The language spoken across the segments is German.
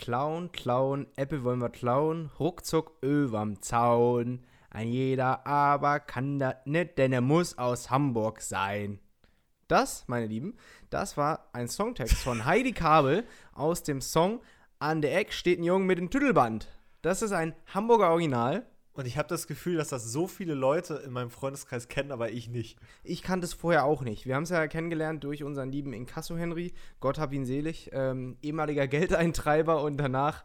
Klauen, Apple wollen wir klauen, ruckzuck überm Zaun. Ein jeder aber kann das nicht, denn er muss aus Hamburg sein. Das, meine Lieben, das war ein Songtext von Heidi Kabel aus dem Song An der Eck steht ein Junge mit dem Tüdelband. Das ist ein Hamburger Original. Und ich habe das Gefühl, dass das so viele Leute in meinem Freundeskreis kennen, aber ich nicht. Ich kannte es vorher auch nicht. Wir haben es ja kennengelernt durch unseren lieben Inkasso-Henry. Gott hab ihn selig. Ehemaliger Geldeintreiber und danach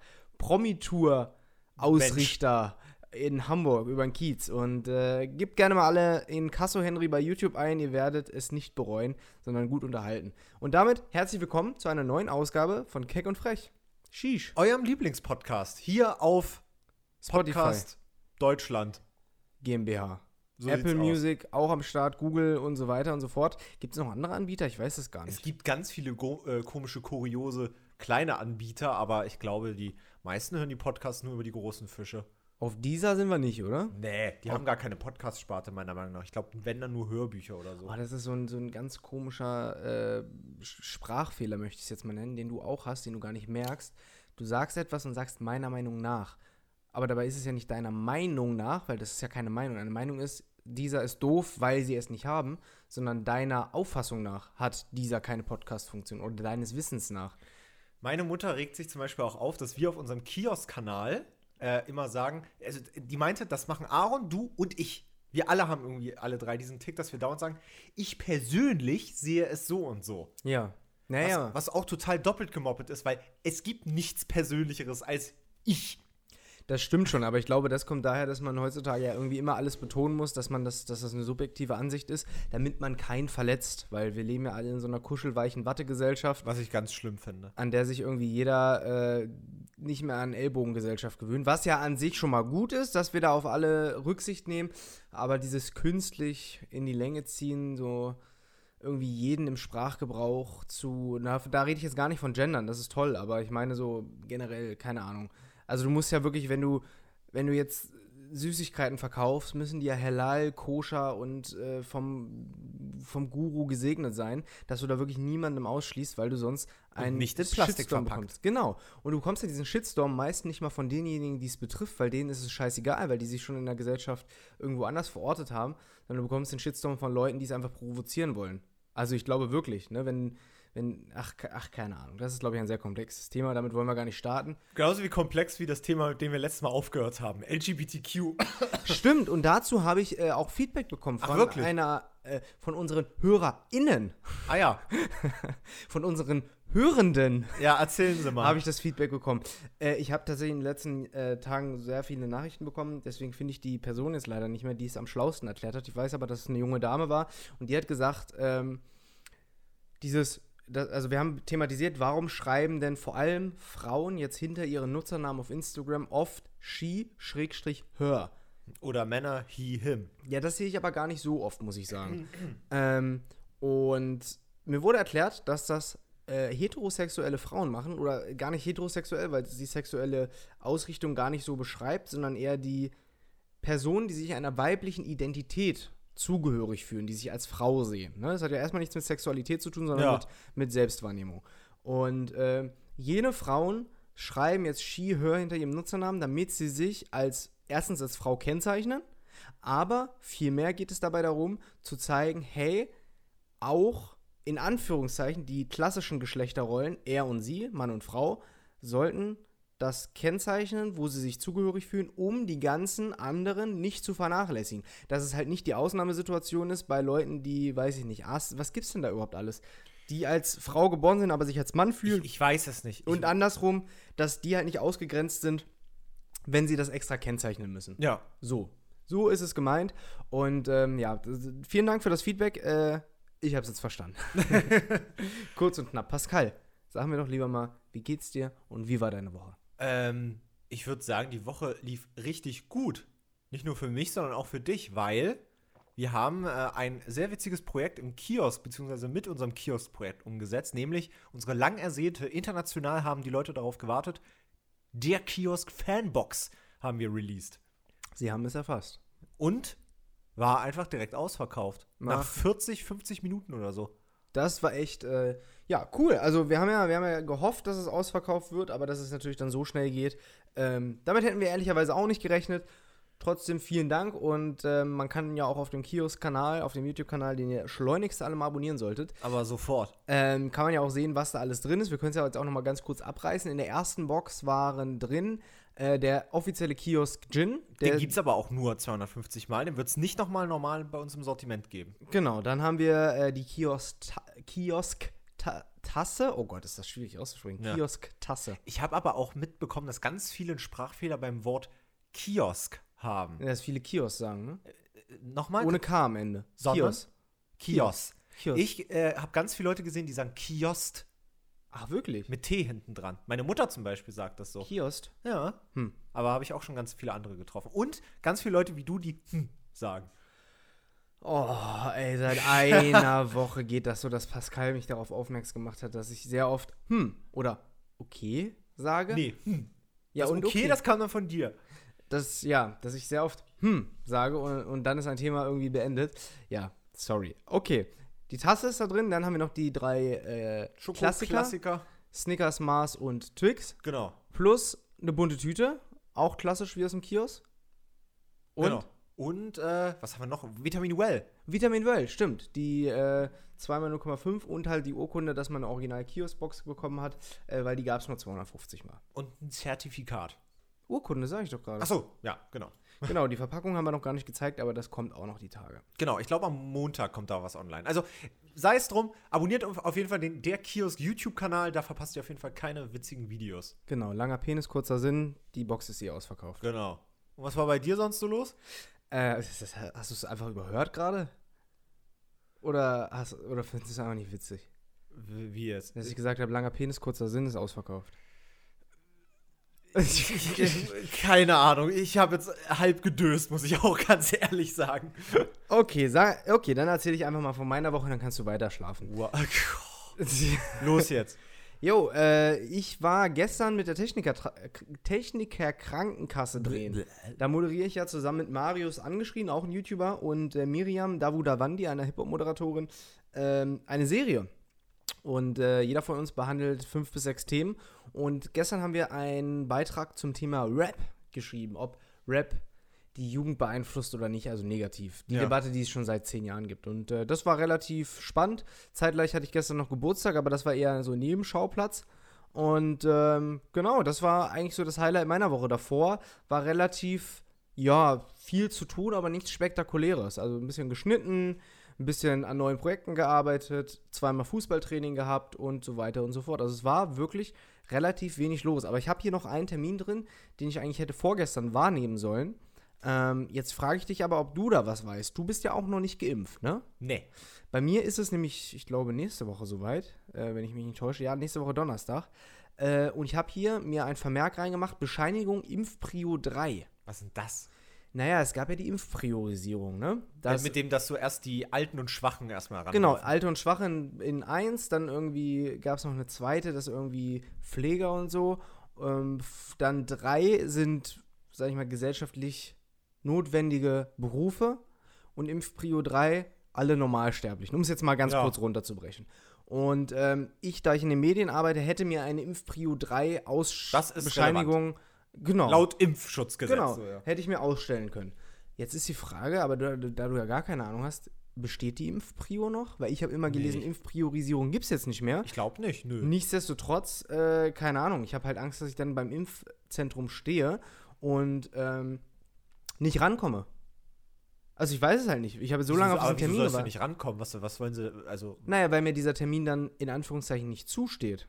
Promi-Tour-Ausrichter in Hamburg über den Kiez. Und gebt gerne mal alle Inkasso-Henry bei YouTube ein. Ihr werdet es nicht bereuen, sondern gut unterhalten. Und damit herzlich willkommen zu einer neuen Ausgabe von Keck und Frech. Sheesh. Eurem Lieblingspodcast hier auf Spotify. Podcast Deutschland. GmbH. So Apple sieht's aus. Music, auch am Start, Google und so weiter und so fort. Gibt es noch andere Anbieter? Ich weiß es gar nicht. Es gibt ganz viele komische, kuriose, kleine Anbieter, aber ich glaube, die meisten hören die Podcasts nur über die großen Fische. Auf dieser sind wir nicht, oder? Nee, die haben gar keine Podcast-Sparte, meiner Meinung nach. Ich glaube, wenn dann nur Hörbücher oder so. Oh, das ist so ein ganz komischer Sprachfehler, möchte ich es jetzt mal nennen, den du auch hast, den du gar nicht merkst. Du sagst etwas und sagst meiner Meinung nach. Aber dabei ist es ja nicht deiner Meinung nach, weil das ist ja keine Meinung. Eine Meinung ist, dieser ist doof, weil sie es nicht haben, sondern deiner Auffassung nach hat dieser keine Podcast-Funktion oder deines Wissens nach. Meine Mutter regt sich zum Beispiel auch auf, dass wir auf unserem Kiosk-Kanal immer sagen, also die meinte, das machen Aaron, du und ich. Wir alle haben irgendwie, alle drei diesen Tick, dass wir dauernd sagen, ich persönlich sehe es so und so. Ja. Naja. Was auch total doppelt gemoppelt ist, weil es gibt nichts Persönlicheres als ich. Das stimmt schon, aber ich glaube, das kommt daher, dass man heutzutage ja irgendwie immer alles betonen muss, dass das eine subjektive Ansicht ist, damit man keinen verletzt, weil wir leben ja alle in so einer kuschelweichen Wattegesellschaft, Was ich ganz schlimm finde. an der sich irgendwie jeder nicht mehr an Ellbogengesellschaft gewöhnt, was ja an sich schon mal gut ist, dass wir da auf alle Rücksicht nehmen, aber dieses künstlich in die Länge ziehen, so irgendwie jeden im Sprachgebrauch da rede ich jetzt gar nicht von Gendern, das ist toll, aber ich meine so generell, keine Ahnung. Also du musst ja wirklich, wenn du jetzt Süßigkeiten verkaufst, müssen die ja halal, koscher und vom Guru gesegnet sein, dass du da wirklich niemandem ausschließt, weil du sonst einen nicht in Plastik Shitstorm verpackt. bekommst. Genau. Und du bekommst ja diesen Shitstorm meist nicht mal von denjenigen, die es betrifft, weil denen ist es scheißegal, weil die sich schon in der Gesellschaft irgendwo anders verortet haben, sondern du bekommst den Shitstorm von Leuten, die es einfach provozieren wollen. Also ich glaube wirklich, ne, keine Ahnung. Das ist, glaube ich, ein sehr komplexes Thema. Damit wollen wir gar nicht starten. Genauso wie komplex wie das Thema, mit dem wir letztes Mal aufgehört haben. LGBTQ. Stimmt. Und dazu habe ich auch Feedback bekommen von von unseren HörerInnen. Ah ja. Von unseren Hörenden. Ja, erzählen Sie mal. Habe ich das Feedback bekommen. Ich habe tatsächlich in den letzten Tagen sehr viele Nachrichten bekommen. Deswegen finde ich die Person jetzt leider nicht mehr, die es am schlausten erklärt hat. Ich weiß aber, dass es eine junge Dame war. Und die hat gesagt, also wir haben thematisiert, warum schreiben denn vor allem Frauen jetzt hinter ihren Nutzernamen auf Instagram oft she/her. Oder Männer, he, him. Ja, das sehe ich aber gar nicht so oft, muss ich sagen. Und mir wurde erklärt, dass das heterosexuelle Frauen machen, oder gar nicht heterosexuell, weil es die sexuelle Ausrichtung gar nicht so beschreibt, sondern eher die Personen, die sich einer weiblichen Identität zugehörig fühlen, die sich als Frau sehen. Ne? Das hat ja erstmal nichts mit Sexualität zu tun, sondern mit Selbstwahrnehmung. Und jene Frauen schreiben jetzt she, her hinter ihrem Nutzernamen, damit sie sich erstens als Frau kennzeichnen, aber vielmehr geht es dabei darum, zu zeigen, hey, auch in Anführungszeichen die klassischen Geschlechterrollen, er und sie, Mann und Frau, sollten das kennzeichnen, wo sie sich zugehörig fühlen, um die ganzen anderen nicht zu vernachlässigen. Dass es halt nicht die Ausnahmesituation ist bei Leuten, die, weiß ich nicht, was gibt's denn da überhaupt alles? Die als Frau geboren sind, aber sich als Mann fühlen. Ich weiß es nicht. Und andersrum, dass die halt nicht ausgegrenzt sind, wenn sie das extra kennzeichnen müssen. Ja. So ist es gemeint. Und vielen Dank für das Feedback. Ich habe es jetzt verstanden. Kurz und knapp. Pascal, sag mir doch lieber mal, wie geht's dir und wie war deine Woche? Ich würde sagen, die Woche lief richtig gut. Nicht nur für mich, sondern auch für dich, weil wir haben ein sehr witziges Projekt im Kiosk, beziehungsweise mit unserem Kiosk-Projekt umgesetzt, nämlich unsere lang ersehnte, international haben die Leute darauf gewartet, der Kiosk-Fanbox haben wir released. Sie haben es erfasst. Und war einfach direkt ausverkauft. Nach 40, 50 Minuten oder so. Das war echt, Ja, cool. Also wir haben ja gehofft, dass es ausverkauft wird, aber dass es natürlich dann so schnell geht. Damit hätten wir ehrlicherweise auch nicht gerechnet. Trotzdem vielen Dank und man kann ja auch auf dem Kiosk-Kanal, auf dem YouTube-Kanal, den ihr schleunigst alle mal abonnieren solltet. Aber sofort. Kann man ja auch sehen, was da alles drin ist. Wir können es ja jetzt auch noch mal ganz kurz abreißen. In der ersten Box waren drin der offizielle Kiosk-Gin. Den gibt es aber auch nur 250 Mal. Den wird es nicht nochmal normal bei uns im Sortiment geben. Genau, dann haben wir die Kiosk-Tasse. Oh Gott, ist das schwierig auszusprechen. Ja. Kiosk-Tasse. Ich habe aber auch mitbekommen, dass ganz viele einen Sprachfehler beim Wort Kiosk haben. Ja, dass viele Kiosk sagen, ne? Nochmal? Ohne K am Ende. Sondern? Kiosk. Kiosk. Ich habe ganz viele Leute gesehen, die sagen Kiosk Ach, wirklich? mit T hinten dran. Meine Mutter zum Beispiel sagt das so. Kiosk? Ja. Hm. Aber habe ich auch schon ganz viele andere getroffen. Und ganz viele Leute wie du, die sagen. Oh, ey, seit einer Woche geht das so, dass Pascal mich darauf aufmerksam gemacht hat, dass ich sehr oft oder okay sage. Nee, Ja, das und okay, das kam dann von dir. dass ich sehr oft sage und dann ist ein Thema irgendwie beendet. Ja, sorry. Okay, die Tasse ist da drin, dann haben wir noch die 3 Klassiker. Snickers, Mars und Twix. Genau. Plus eine bunte Tüte, auch klassisch wie aus dem Kiosk. Und Genau. Und, was haben wir noch? Vitamin Well. Vitamin Well, stimmt. Die 2x0,5 und halt die Urkunde, dass man eine Original-Kiosk-Box bekommen hat, weil die gab es nur 250 Mal. Und ein Zertifikat. Urkunde, sag ich doch gerade. Ach so, ja, genau. Genau, die Verpackung haben wir noch gar nicht gezeigt, aber das kommt auch noch die Tage. Genau, ich glaube, am Montag kommt da was online. Also, sei es drum, abonniert auf jeden Fall der Kiosk-YouTube-Kanal, da verpasst ihr auf jeden Fall keine witzigen Videos. Genau, langer Penis, kurzer Sinn, die Box ist ausverkauft. Genau. Und was war bei dir sonst so los? Hast du es einfach überhört gerade? Oder findest du es einfach nicht witzig? Wie jetzt? Dass ich gesagt habe, langer Penis, kurzer Sinn ist ausverkauft. Keine Ahnung, ich habe jetzt halb gedöst, muss ich auch ganz ehrlich sagen. Okay, dann erzähle ich einfach mal von meiner Woche, dann kannst du weiter schlafen. Wow. Los jetzt. Jo, ich war gestern mit der Techniker Krankenkasse drehen. Da moderiere ich ja zusammen mit Marius Angeschrien, auch ein YouTuber, und Miriam Davudavandi, einer Hip-Hop-Moderatorin, eine Serie. Und jeder von uns behandelt 5 bis 6 Themen. Und gestern haben wir einen Beitrag zum Thema Rap geschrieben, ob Rap die Jugend beeinflusst oder nicht, also negativ. Die Debatte, die es schon seit 10 Jahren gibt. Und das war relativ spannend. Zeitgleich hatte ich gestern noch Geburtstag, aber das war eher so ein Nebenschauplatz. Und genau, das war eigentlich so das Highlight meiner Woche. Davor war relativ, viel zu tun, aber nichts Spektakuläres. Also ein bisschen geschnitten, ein bisschen an neuen Projekten gearbeitet, 2-mal Fußballtraining gehabt und so weiter und so fort. Also es war wirklich relativ wenig los. Aber ich habe hier noch einen Termin drin, den ich eigentlich hätte vorgestern wahrnehmen sollen. Jetzt frage ich dich aber, ob du da was weißt. Du bist ja auch noch nicht geimpft, ne? Nee. Bei mir ist es nämlich, ich glaube, nächste Woche soweit, wenn ich mich nicht täusche. Ja, nächste Woche Donnerstag. Und ich habe hier mir ein Vermerk reingemacht, Bescheinigung Impfprio 3. Was ist denn das? Naja, es gab ja die Impfpriorisierung, ne? Mit dem, dass du erst die Alten und Schwachen erstmal ran. Genau, Alte und Schwache in 1, dann irgendwie gab es noch eine zweite, das irgendwie Pfleger und so. Dann 3 sind, sag ich mal, gesellschaftlich notwendige Berufe und Impfprio 3 alle Normalsterblichen, um es jetzt mal ganz kurz runterzubrechen. Und ich, da ich in den Medien arbeite, hätte mir eine Impfprio 3 Bescheinigung genau. Laut Impfschutzgesetz. Genau, So, ja. hätte ich mir ausstellen können. Jetzt ist die Frage, aber da du ja gar keine Ahnung hast, besteht die Impfprio noch? Weil ich habe immer gelesen, Impfpriorisierung gibt es jetzt nicht mehr. Ich glaube nicht, nö. Nichtsdestotrotz, keine Ahnung, ich habe halt Angst, dass ich dann beim Impfzentrum stehe und nicht rankomme. Also ich weiß es halt nicht. Ich habe so lange auf diesen Termin gewartet. Nicht rankommen? Was wollen sie, also... Naja, weil mir dieser Termin dann in Anführungszeichen nicht zusteht.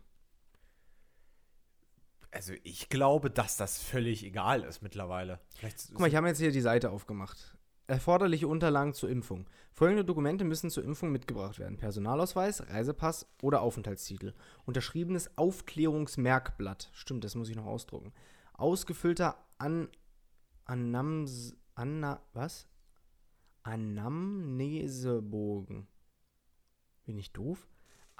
Also ich glaube, dass das völlig egal ist mittlerweile. Guck mal, ich habe jetzt hier die Seite aufgemacht. Erforderliche Unterlagen zur Impfung. Folgende Dokumente müssen zur Impfung mitgebracht werden. Personalausweis, Reisepass oder Aufenthaltstitel. Unterschriebenes Aufklärungsmerkblatt. Stimmt, das muss ich noch ausdrucken. Ausgefüllter Anamnesebogen. Bin ich doof?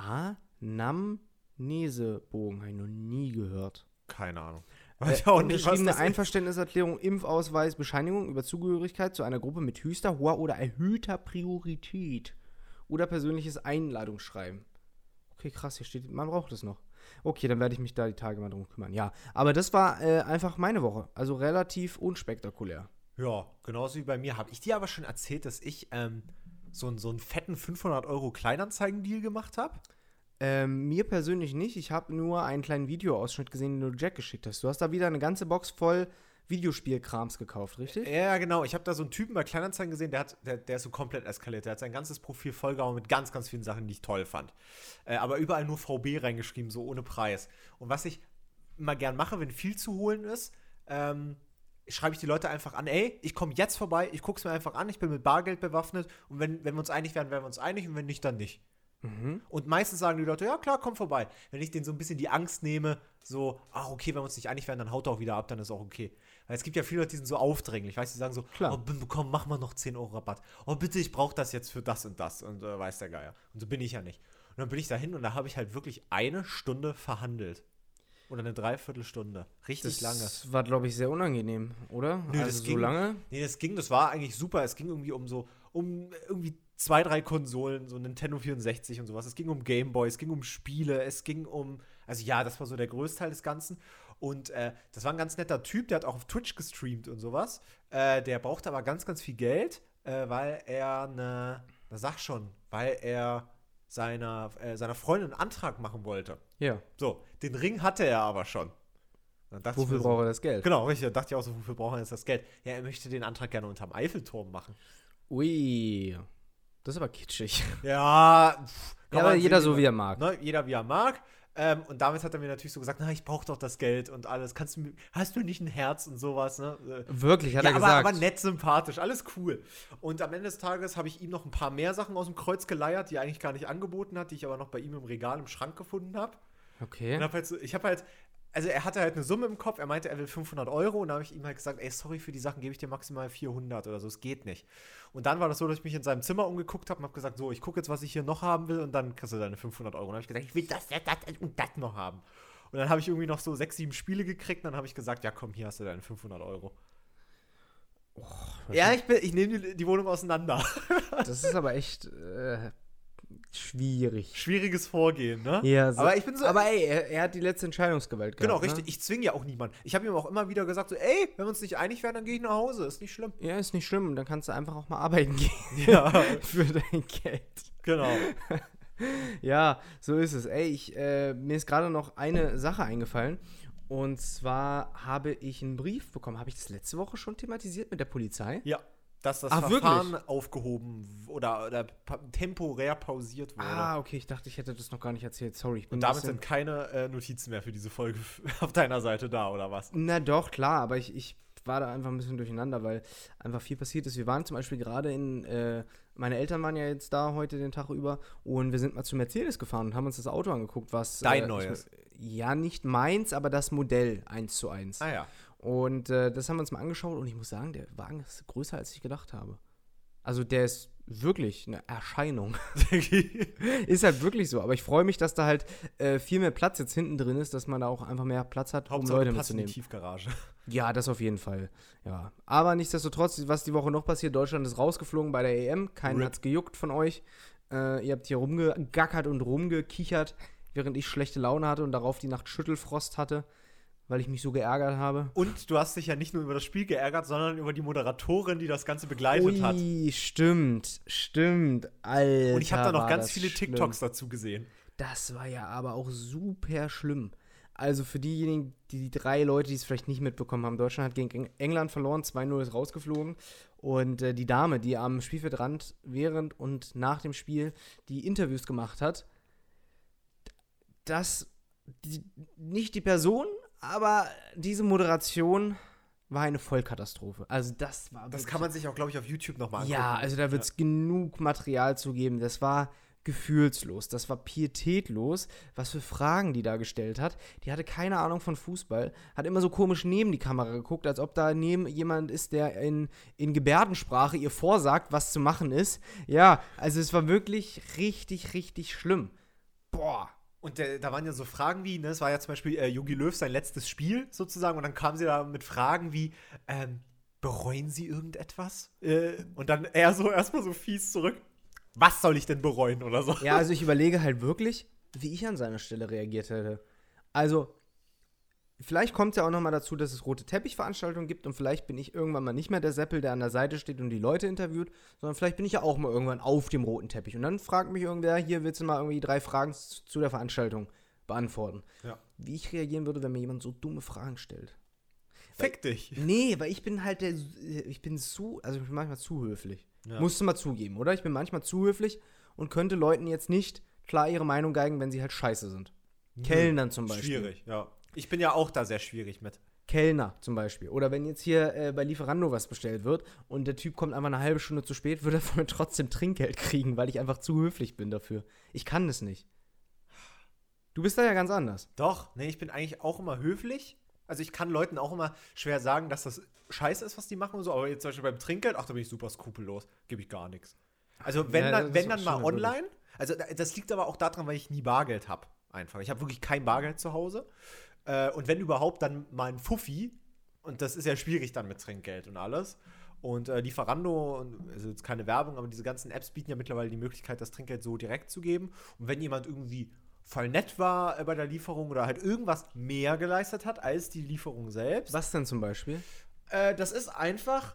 Anamnesebogen. Habe ich noch nie gehört. Keine Ahnung. Unterschriebene Einverständniserklärung, Impfausweis, Bescheinigung über Zugehörigkeit zu einer Gruppe mit höchster, hoher oder erhöhter Priorität. Oder persönliches Einladungsschreiben. Okay, krass, hier steht, man braucht es noch. Okay, dann werde ich mich da die Tage mal drum kümmern. Ja, aber das war einfach meine Woche. Also relativ unspektakulär. Ja, genauso wie bei mir. Habe ich dir aber schon erzählt, dass ich so einen fetten 500 € Kleinanzeigen-Deal gemacht habe? Mir persönlich nicht. Ich habe nur einen kleinen Videoausschnitt gesehen, den du Jack geschickt hast. Du hast da wieder eine ganze Box voll Videospielkrams gekauft, richtig? Ja, genau. Ich habe da so einen Typen bei Kleinanzeigen gesehen, der ist so komplett eskaliert. Der hat sein ganzes Profil vollgehauen mit ganz, ganz vielen Sachen, die ich toll fand. Aber überall nur VB reingeschrieben, so ohne Preis. Und was ich immer gern mache, wenn viel zu holen ist, schreibe ich die Leute einfach an, ey, ich komme jetzt vorbei, ich gucke es mir einfach an, ich bin mit Bargeld bewaffnet und wenn wir uns einig werden, werden wir uns einig und wenn nicht, dann nicht. Und meistens sagen die Leute, ja klar, komm vorbei. Wenn ich denen so ein bisschen die Angst nehme, so, okay, wenn wir uns nicht einig werden, dann haut er auch wieder ab, dann ist auch okay. Weil es gibt ja viele Leute, die sind so aufdringlich, weißt du, die sagen so, Klar. oh, komm, mach mal noch 10 € Rabatt. Oh, bitte, ich brauche das jetzt für das und weiß der Geier. Und so bin ich ja nicht. Und dann bin ich dahin und da habe ich halt wirklich 1 Stunde verhandelt. Oder eine Dreiviertelstunde. Richtig lange. Das war, glaube ich, sehr unangenehm, oder? Nö, also das so ging, lange? Nee, das war eigentlich super. Es ging irgendwie um irgendwie 2, 3 Konsolen, so Nintendo 64 und sowas. Es ging um Gameboy, es ging um Spiele, es ging also ja, das war so der größte Teil des Ganzen. Und das war ein ganz netter Typ, der hat auch auf Twitch gestreamt und sowas. Der brauchte aber ganz, ganz viel Geld, weil er weil er seiner Freundin einen Antrag machen wollte. Ja. So, den Ring hatte er aber schon. Wofür braucht er das Geld? Genau, richtig. Da dachte ich auch so, wofür braucht er jetzt das Geld? Ja, er möchte den Antrag gerne unterm Eiffelturm machen. Ui. Das ist aber kitschig. Ja, aber jeder so, wie er mag. Ne, jeder, wie er mag. Und damit hat er mir natürlich so gesagt, ich brauche doch das Geld und alles. Hast du nicht ein Herz und sowas, ne? Wirklich, hat er gesagt. Aber nett, sympathisch, alles cool. Und am Ende des Tages habe ich ihm noch ein paar mehr Sachen aus dem Kreuz geleiert, die er eigentlich gar nicht angeboten hat, die ich aber noch bei ihm im Regal im Schrank gefunden habe. Okay. Und also er hatte halt eine Summe im Kopf, er meinte, er will 500 € und da habe ich ihm halt gesagt, ey, sorry, für die Sachen gebe ich dir maximal 400 oder so, es geht nicht. Und dann war das so, dass ich mich in seinem Zimmer umgeguckt habe und habe gesagt, so, ich gucke jetzt, was ich hier noch haben will und dann kriegst du deine 500 €. Und dann habe ich gesagt, ich will das und das noch haben. Und dann habe ich irgendwie noch so 6, 7 Spiele gekriegt und dann habe ich gesagt, ja komm, hier hast du deine 500 €. Oh, ja, ich nehme die Wohnung auseinander. Das ist aber echt schwierig. Schwieriges Vorgehen, ne? Ja, so. Aber ich bin so. Aber ey, er hat die letzte Entscheidungsgewalt gehabt. Genau, richtig. Ne? Ich zwinge ja auch niemanden. Ich habe ihm auch immer wieder gesagt, so, ey, wenn wir uns nicht einig werden, dann gehe ich nach Hause. Ist nicht schlimm. Ja, ist nicht schlimm. Dann kannst du einfach auch mal arbeiten gehen. Ja. Für dein Geld. Genau. Ja, so ist es. Ey, mir ist gerade noch eine Sache eingefallen. Und zwar habe ich einen Brief bekommen. Habe ich das letzte Woche schon thematisiert mit der Polizei? Ja. Dass das Verfahren aufgehoben oder temporär pausiert wurde. Okay, ich dachte, ich hätte das noch gar nicht erzählt. Sorry. Und damit sind keine Notizen mehr für diese Folge auf deiner Seite da, oder was? Na doch, klar, aber ich war da einfach ein bisschen durcheinander, weil einfach viel passiert ist. Wir waren zum Beispiel gerade meine Eltern waren ja jetzt da heute den Tag über und wir sind mal zu Mercedes gefahren und haben uns das Auto angeguckt, was Dein neues? Ja, nicht meins, aber das Modell 1:1. Ah ja. Und das haben wir uns mal angeschaut und ich muss sagen, der Wagen ist größer, als ich gedacht habe. Also der ist wirklich eine Erscheinung. Ist halt wirklich so. Aber ich freue mich, dass da halt viel mehr Platz jetzt hinten drin ist, dass man da auch einfach mehr Platz hat, um Leute mitzunehmen. In die Tiefgarage. Ja, das auf jeden Fall. Ja. Aber nichtsdestotrotz, was die Woche noch passiert, Deutschland ist rausgeflogen bei der EM. Keinen hat's gejuckt von euch. Ihr habt hier rumgegackert und rumgekichert, während ich schlechte Laune hatte und darauf die Nacht Schüttelfrost hatte, weil ich mich so geärgert habe. Und du hast dich ja nicht nur über das Spiel geärgert, sondern über die Moderatorin, die das Ganze begleitet hat. Stimmt. Alter, und ich habe da noch ganz viele TikToks dazu gesehen. Das war ja aber auch super schlimm. Also für diejenigen, die 3 Leute, die es vielleicht nicht mitbekommen haben, Deutschland hat gegen England verloren, 2:0 ist rausgeflogen. Und die Dame, die am Spielfeldrand während und nach dem Spiel die Interviews gemacht hat, nicht die Person, aber diese Moderation war eine Vollkatastrophe. Also das war Das kann man sich auch, glaube ich, auf YouTube nochmal angucken. Ja, also da wird es genug Material zu geben. Das war gefühlslos, das war pietätlos, was für Fragen die da gestellt hat. Die hatte keine Ahnung von Fußball, hat immer so komisch neben die Kamera geguckt, als ob da neben jemand ist, der in Gebärdensprache ihr vorsagt, was zu machen ist. Ja, also es war wirklich richtig, richtig schlimm. Boah. Und da waren ja so Fragen wie, ne, es war ja zum Beispiel Jogi Löw sein letztes Spiel sozusagen und dann kamen sie da mit Fragen wie, bereuen Sie irgendetwas? Und dann er so erstmal so fies zurück, was soll ich denn bereuen oder so? Ja, also ich überlege halt wirklich, wie ich an seiner Stelle reagiert hätte. Also, vielleicht kommt es ja auch nochmal dazu, dass es rote Teppichveranstaltungen gibt und vielleicht bin ich irgendwann mal nicht mehr der Seppel, der an der Seite steht und die Leute interviewt, sondern vielleicht bin ich ja auch mal irgendwann auf dem roten Teppich. Und dann fragt mich irgendwer, hier willst du mal irgendwie 3 Fragen zu der Veranstaltung beantworten. Ja. Wie ich reagieren würde, wenn mir jemand so dumme Fragen stellt. Fick dich. Nee, weil ich bin halt ich bin manchmal zu höflich. Ja. Musst du mal zugeben, oder? Ich bin manchmal zu höflich und könnte Leuten jetzt nicht klar ihre Meinung geigen, wenn sie halt scheiße sind. Kellnern zum Beispiel. Schwierig, ja. Ich bin ja auch da sehr schwierig mit. Kellner zum Beispiel. Oder wenn jetzt hier bei Lieferando was bestellt wird und der Typ kommt einfach eine halbe Stunde zu spät, würde er von mir trotzdem Trinkgeld kriegen, weil ich einfach zu höflich bin dafür. Ich kann das nicht. Du bist da ja ganz anders. Doch, nee, ich bin eigentlich auch immer höflich. Also ich kann Leuten auch immer schwer sagen, dass das scheiße ist, was die machen und so, aber jetzt zum Beispiel beim Trinkgeld, ach, da bin ich super skrupellos, gebe ich gar nichts. Also wenn dann mal online, also das liegt aber auch daran, weil ich nie Bargeld habe, einfach. Ich habe wirklich kein Bargeld zu Hause und wenn überhaupt, dann mal ein Fuffi und das ist ja schwierig dann mit Trinkgeld und alles. Und Lieferando, also jetzt keine Werbung, aber diese ganzen Apps bieten ja mittlerweile die Möglichkeit, das Trinkgeld so direkt zu geben. Und wenn jemand irgendwie voll nett war bei der Lieferung oder halt irgendwas mehr geleistet hat als die Lieferung selbst. Was denn zum Beispiel? Das ist einfach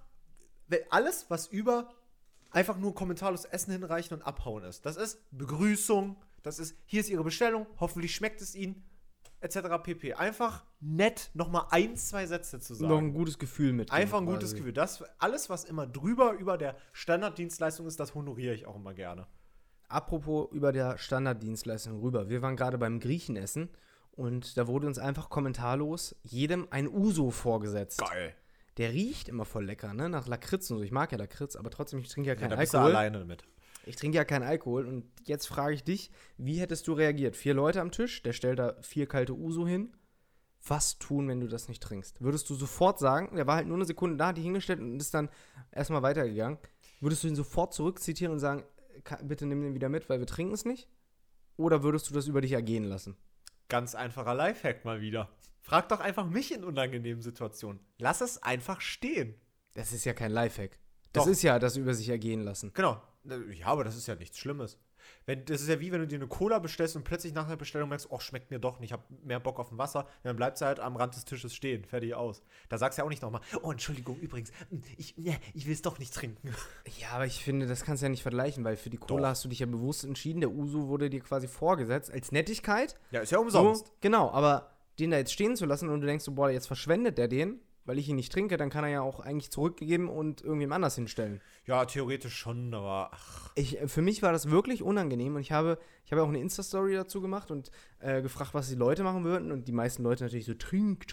alles, was über einfach nur kommentarlos Essen hinreichen und abhauen ist. Das ist Begrüßung, das ist, hier ist Ihre Bestellung, hoffentlich schmeckt es Ihnen, etc. pp. Einfach nett nochmal 1, 2 Sätze zu sagen. Noch ein gutes Gefühl mit. Einfach ein gutes Gefühl. Das, alles, was immer drüber über der Standarddienstleistung ist, das honoriere ich auch immer gerne. Apropos über der Standarddienstleistung rüber. Wir waren gerade beim Griechenessen und da wurde uns einfach kommentarlos jedem ein Uso vorgesetzt. Geil. Der riecht immer voll lecker, ne? Nach Lakritz und so. Ich mag ja Lakritz, aber trotzdem, ich trinke ja keinen da bist du Alkohol. alleine damit. Ich trinke ja keinen Alkohol und jetzt frage ich dich, wie hättest du reagiert? 4 Leute am Tisch, der stellt da 4 kalte Uso hin. Was tun, wenn du das nicht trinkst? Würdest du sofort sagen, der war halt nur eine Sekunde da, hat die hingestellt und ist dann erstmal weitergegangen. Würdest du ihn sofort zurückzitieren und sagen, bitte nimm den wieder mit, weil wir trinken es nicht? Oder würdest du das über dich ergehen lassen? Ganz einfacher Lifehack mal wieder. Frag doch einfach mich in unangenehmen Situationen. Lass es einfach stehen. Das ist ja kein Lifehack. Das Doch. ist ja das über sich ergehen lassen. Genau. Ja, aber das ist ja nichts Schlimmes. Das ist ja wie, wenn du dir eine Cola bestellst und plötzlich nach der Bestellung merkst, oh, schmeckt mir doch nicht, ich habe mehr Bock auf ein Wasser, dann bleibt sie halt am Rand des Tisches stehen, fertig aus. Da sagst du ja auch nicht nochmal, oh, Entschuldigung, übrigens, ich will es doch nicht trinken. Ja, aber ich finde, das kannst du ja nicht vergleichen, weil für die Cola Doch. hast du dich ja bewusst entschieden. Der Uso wurde dir quasi vorgesetzt als Nettigkeit. Ja, ist ja umsonst. So, genau, aber den da jetzt stehen zu lassen und du denkst so, boah, jetzt verschwendet der den, weil ich ihn nicht trinke, dann kann er ja auch eigentlich zurückgeben und irgendjemand anders hinstellen. Ja, theoretisch schon, aber Für mich war das wirklich unangenehm und ich habe auch eine Insta-Story dazu gemacht und gefragt, was die Leute machen würden und die meisten Leute natürlich so, trink.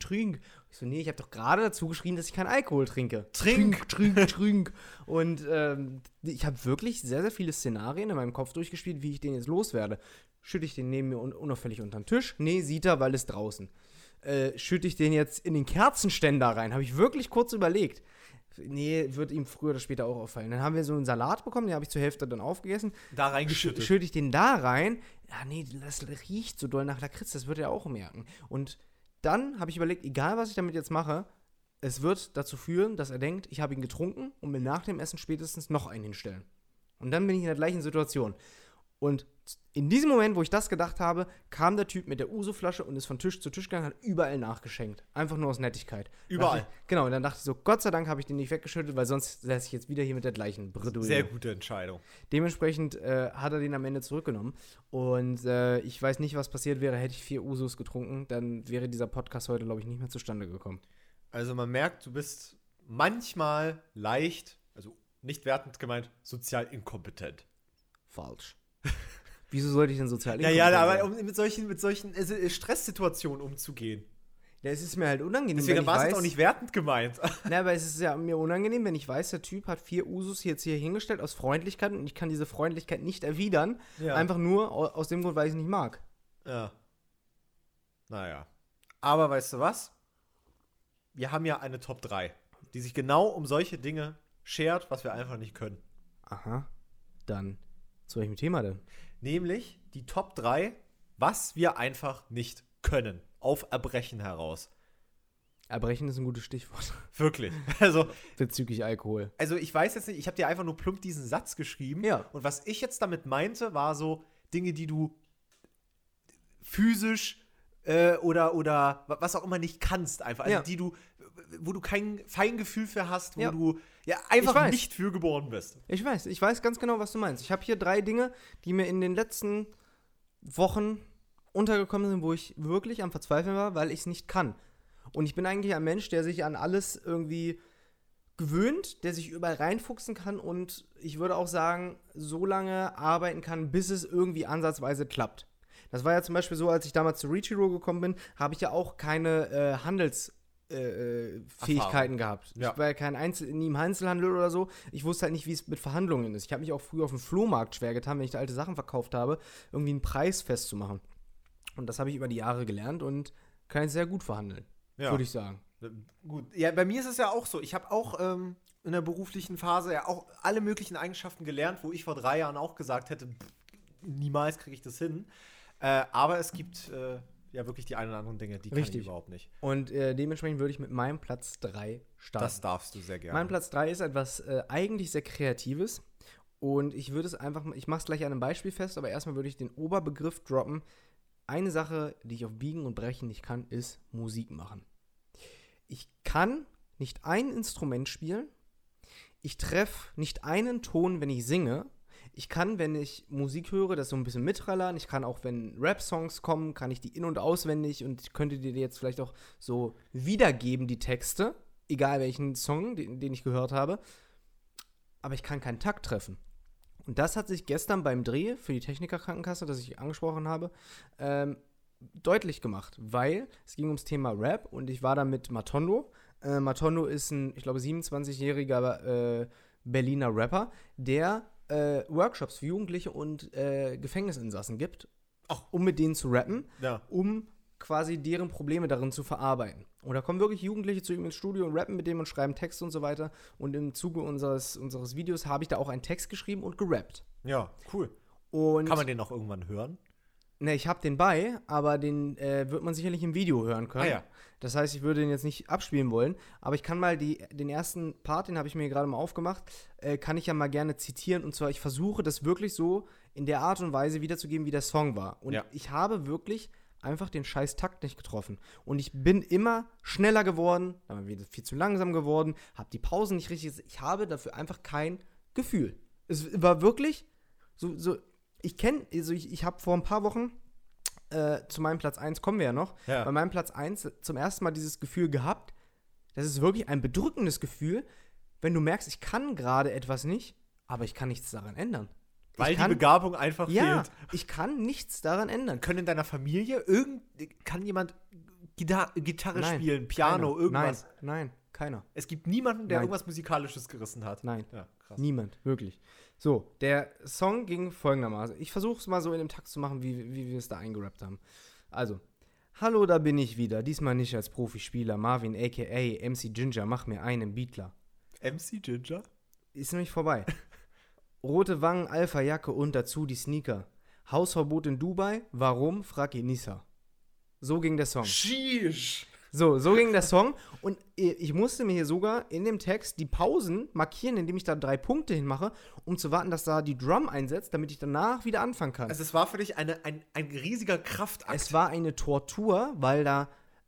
Ich so, nee, ich habe doch gerade dazu geschrien, dass ich keinen Alkohol trinke. Trink. Und ich habe wirklich sehr, sehr viele Szenarien in meinem Kopf durchgespielt, wie ich den jetzt loswerde. Schütte ich den neben mir unauffällig unter den Tisch? Nee, sieht er, weil es draußen. Schütte ich den jetzt in den Kerzenständer rein? Habe ich wirklich kurz überlegt. Nee, wird ihm früher oder später auch auffallen. Dann haben wir so einen Salat bekommen, den habe ich zur Hälfte dann aufgegessen. da reingeschüttet. Schütte ich den da rein? Ja, nee, das riecht so doll nach Lakritz, das wird er auch merken. Und dann habe ich überlegt, egal was ich damit jetzt mache, es wird dazu führen, dass er denkt, ich habe ihn getrunken und mir nach dem Essen spätestens noch einen hinstellen. Und dann bin ich in der gleichen Situation. Und in diesem Moment, wo ich das gedacht habe, kam der Typ mit der Uso-Flasche und ist von Tisch zu Tisch gegangen und hat überall nachgeschenkt. Einfach nur aus Nettigkeit. Überall. Genau, und dann dachte ich so, Gott sei Dank habe ich den nicht weggeschüttet, weil sonst säße ich jetzt wieder hier mit der gleichen Bredouille. Sehr gute Entscheidung. Dementsprechend hat er den am Ende zurückgenommen. Und ich weiß nicht, was passiert wäre, hätte ich 4 Usos getrunken. Dann wäre dieser Podcast heute, glaube ich, nicht mehr zustande gekommen. Also man merkt, du bist manchmal leicht, also nicht wertend gemeint, sozial inkompetent. Falsch. Wieso sollte ich denn sozial Ja, inkompetent aber sein? um mit solchen Stresssituationen umzugehen. Ja, es ist mir halt unangenehm, Deswegen war es weiß, auch nicht wertend gemeint. Na, aber es ist ja mir unangenehm, wenn ich weiß, der Typ hat 4 Usos jetzt hier hingestellt aus Freundlichkeit und ich kann diese Freundlichkeit nicht erwidern. Ja. Einfach nur aus dem Grund, weil ich es nicht mag. Ja. Naja. Aber weißt du was? Wir haben ja eine Top 3, die sich genau um solche Dinge schert, was wir einfach nicht können. Aha. Dann, zu welchem Thema denn? Nämlich die Top 3, was wir einfach nicht können. Auf Erbrechen heraus. Erbrechen ist ein gutes Stichwort. Wirklich. Also Bezüglich Alkohol. ich weiß jetzt nicht, ich habe dir einfach nur plump diesen Satz geschrieben. Ja. Und was ich jetzt damit meinte, war so Dinge, die du physisch oder was auch immer nicht kannst einfach. Also wo du kein Feingefühl für hast, wo du einfach nicht für geboren bist. Ich weiß ganz genau, was du meinst. Ich habe hier 3 Dinge, die mir in den letzten Wochen untergekommen sind, wo ich wirklich am Verzweifeln war, weil ich es nicht kann. Und ich bin eigentlich ein Mensch, der sich an alles irgendwie gewöhnt, der sich überall reinfuchsen kann und ich würde auch sagen, so lange arbeiten kann, bis es irgendwie ansatzweise klappt. Das war ja zum Beispiel so, als ich damals zu Reachiro gekommen bin, habe ich ja auch keine Handelsfähigkeiten gehabt. Ja. Ich war ja nie im Einzelhandel oder so. Ich wusste halt nicht, wie es mit Verhandlungen ist. Ich habe mich auch früher auf dem Flohmarkt schwer getan, wenn ich da alte Sachen verkauft habe, irgendwie einen Preis festzumachen. Und das habe ich über die Jahre gelernt und kann jetzt sehr gut verhandeln, würde ich sagen. Gut, ja, bei mir ist es ja auch so. Ich habe auch in der beruflichen Phase ja auch alle möglichen Eigenschaften gelernt, wo ich vor 3 Jahren auch gesagt hätte, niemals kriege ich das hin. Aber es gibt wirklich die ein oder anderen Dinge, die kann ich überhaupt nicht. Und dementsprechend würde ich mit meinem Platz 3 starten. Das darfst du sehr gerne. Mein Platz 3 ist etwas eigentlich sehr Kreatives. Und ich würde es einfach, ich mache es gleich an einem Beispiel fest, aber erstmal würde ich den Oberbegriff droppen. Eine Sache, die ich auf Biegen und Brechen nicht kann, ist Musik machen. Ich kann nicht ein Instrument spielen. Ich treffe nicht einen Ton, wenn ich singe. Ich kann, wenn ich Musik höre, das so ein bisschen mitrallern. Ich kann auch, wenn Rap-Songs kommen, kann ich die in- und auswendig und ich könnte dir jetzt vielleicht auch so wiedergeben, die Texte. Egal welchen Song, den ich gehört habe. Aber ich kann keinen Takt treffen. Und das hat sich gestern beim Dreh für die Techniker-Krankenkasse, das ich angesprochen habe, deutlich gemacht, weil es ging ums Thema Rap und ich war da mit Matondo. Matondo ist ein, ich glaube, 27-jähriger Berliner Rapper, der Workshops für Jugendliche und Gefängnisinsassen gibt, um mit denen zu rappen, um quasi deren Probleme darin zu verarbeiten. Und da kommen wirklich Jugendliche zu ihm ins Studio und rappen mit dem und schreiben Texte und so weiter. Und im Zuge unseres Videos habe ich da auch einen Text geschrieben und gerappt. Ja, cool. Und kann man den noch irgendwann hören? Ne, ich habe den bei, aber den wird man sicherlich im Video hören können. Ja. Das heißt, ich würde den jetzt nicht abspielen wollen, aber ich kann mal den ersten Part, den habe ich mir gerade mal aufgemacht, kann ich ja mal gerne zitieren. Und zwar, ich versuche das wirklich so in der Art und Weise wiederzugeben, wie der Song war. Und ich habe wirklich einfach den scheiß Takt nicht getroffen. Und ich bin immer schneller geworden, dann wieder viel zu langsam geworden, habe die Pausen nicht richtig, ich habe dafür einfach kein Gefühl. Es war wirklich so ich habe vor ein paar Wochen zu meinem Platz 1 kommen wir ja noch, bei meinem Platz 1 zum ersten Mal dieses Gefühl gehabt, das ist wirklich ein bedrückendes Gefühl, wenn du merkst, ich kann gerade etwas nicht, aber ich kann nichts daran ändern. Weil die Begabung einfach fehlt. Ja, ich kann nichts daran ändern. Können in deiner Familie kann jemand Gitarre spielen, Piano, irgendwas? Nein, keiner. Es gibt niemanden, der irgendwas Musikalisches gerissen hat. Nein, ja, krass. Niemand, wirklich. So, der Song ging folgendermaßen. Ich versuche es mal so in dem Takt zu machen, wie wir es da eingerappt haben. Also, hallo, da bin ich wieder. Diesmal nicht als Profispieler. Marvin a.k.a. MC Ginger, mach mir einen Beatler. MC Ginger? Ist nämlich vorbei. Rote Wangen, Alpha-Jacke und dazu die Sneaker. Hausverbot in Dubai. Warum? Frag Enisa. So ging der Song. Sheesh. So ging der Song. Und ich musste mir hier sogar in dem Text die Pausen markieren, indem ich da 3 Punkte hinmache, um zu warten, dass da die Drum einsetzt, damit ich danach wieder anfangen kann. Also es war für dich ein riesiger Kraftakt. Es war eine Tortur, weil da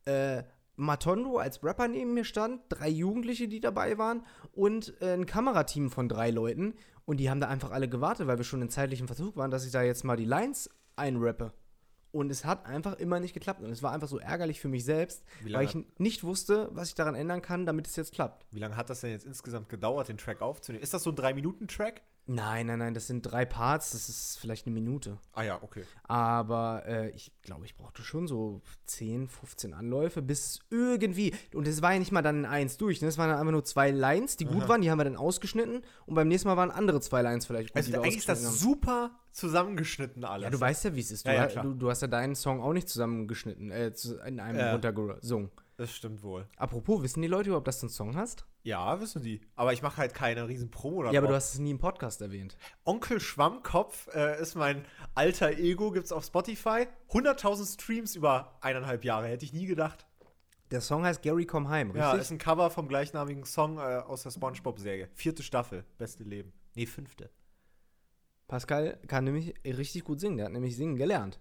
Matondo als Rapper neben mir stand, 3 Jugendliche, die dabei waren und ein Kamerateam von 3 Leuten. Und die haben da einfach alle gewartet, weil wir schon in zeitlichem Verzug waren, dass ich da jetzt mal die Lines einrappe. Und es hat einfach immer nicht geklappt. Und es war einfach so ärgerlich für mich selbst, weil ich nicht wusste, was ich daran ändern kann, damit es jetzt klappt. Wie lange hat das denn jetzt insgesamt gedauert, den Track aufzunehmen? Ist das so ein 3-Minuten-Track? Nein, das sind 3 Parts, das ist vielleicht 1 Minute. Ah ja, okay. Aber ich glaube, ich brauchte schon so 10, 15 Anläufe, bis es irgendwie, und es war ja nicht mal dann in 1 durch, ne? Es waren dann einfach nur 2 Lines, die gut waren, die haben wir dann ausgeschnitten und beim nächsten Mal waren andere 2 Lines vielleicht gut, also die wir eigentlich ist das super zusammengeschnitten alles. Ja, du weißt ja, wie es ist. Du hast ja deinen Song auch nicht zusammengeschnitten, in einem runtergesungen. Das stimmt wohl. Apropos, wissen die Leute überhaupt, dass du einen Song hast? Ja, wissen die. Aber ich mache halt keine riesen Promo davon. Ja, aber du hast es nie im Podcast erwähnt. Onkel Schwammkopf ist mein alter Ego, gibt's auf Spotify. 100.000 Streams über 1,5 Jahre, hätte ich nie gedacht. Der Song heißt Gary Komm Heim, richtig? Ja, ist ein Cover vom gleichnamigen Song aus der SpongeBob-Serie. 4. Staffel, beste Leben. Nee, 5. Pascal kann nämlich richtig gut singen, der hat nämlich singen gelernt.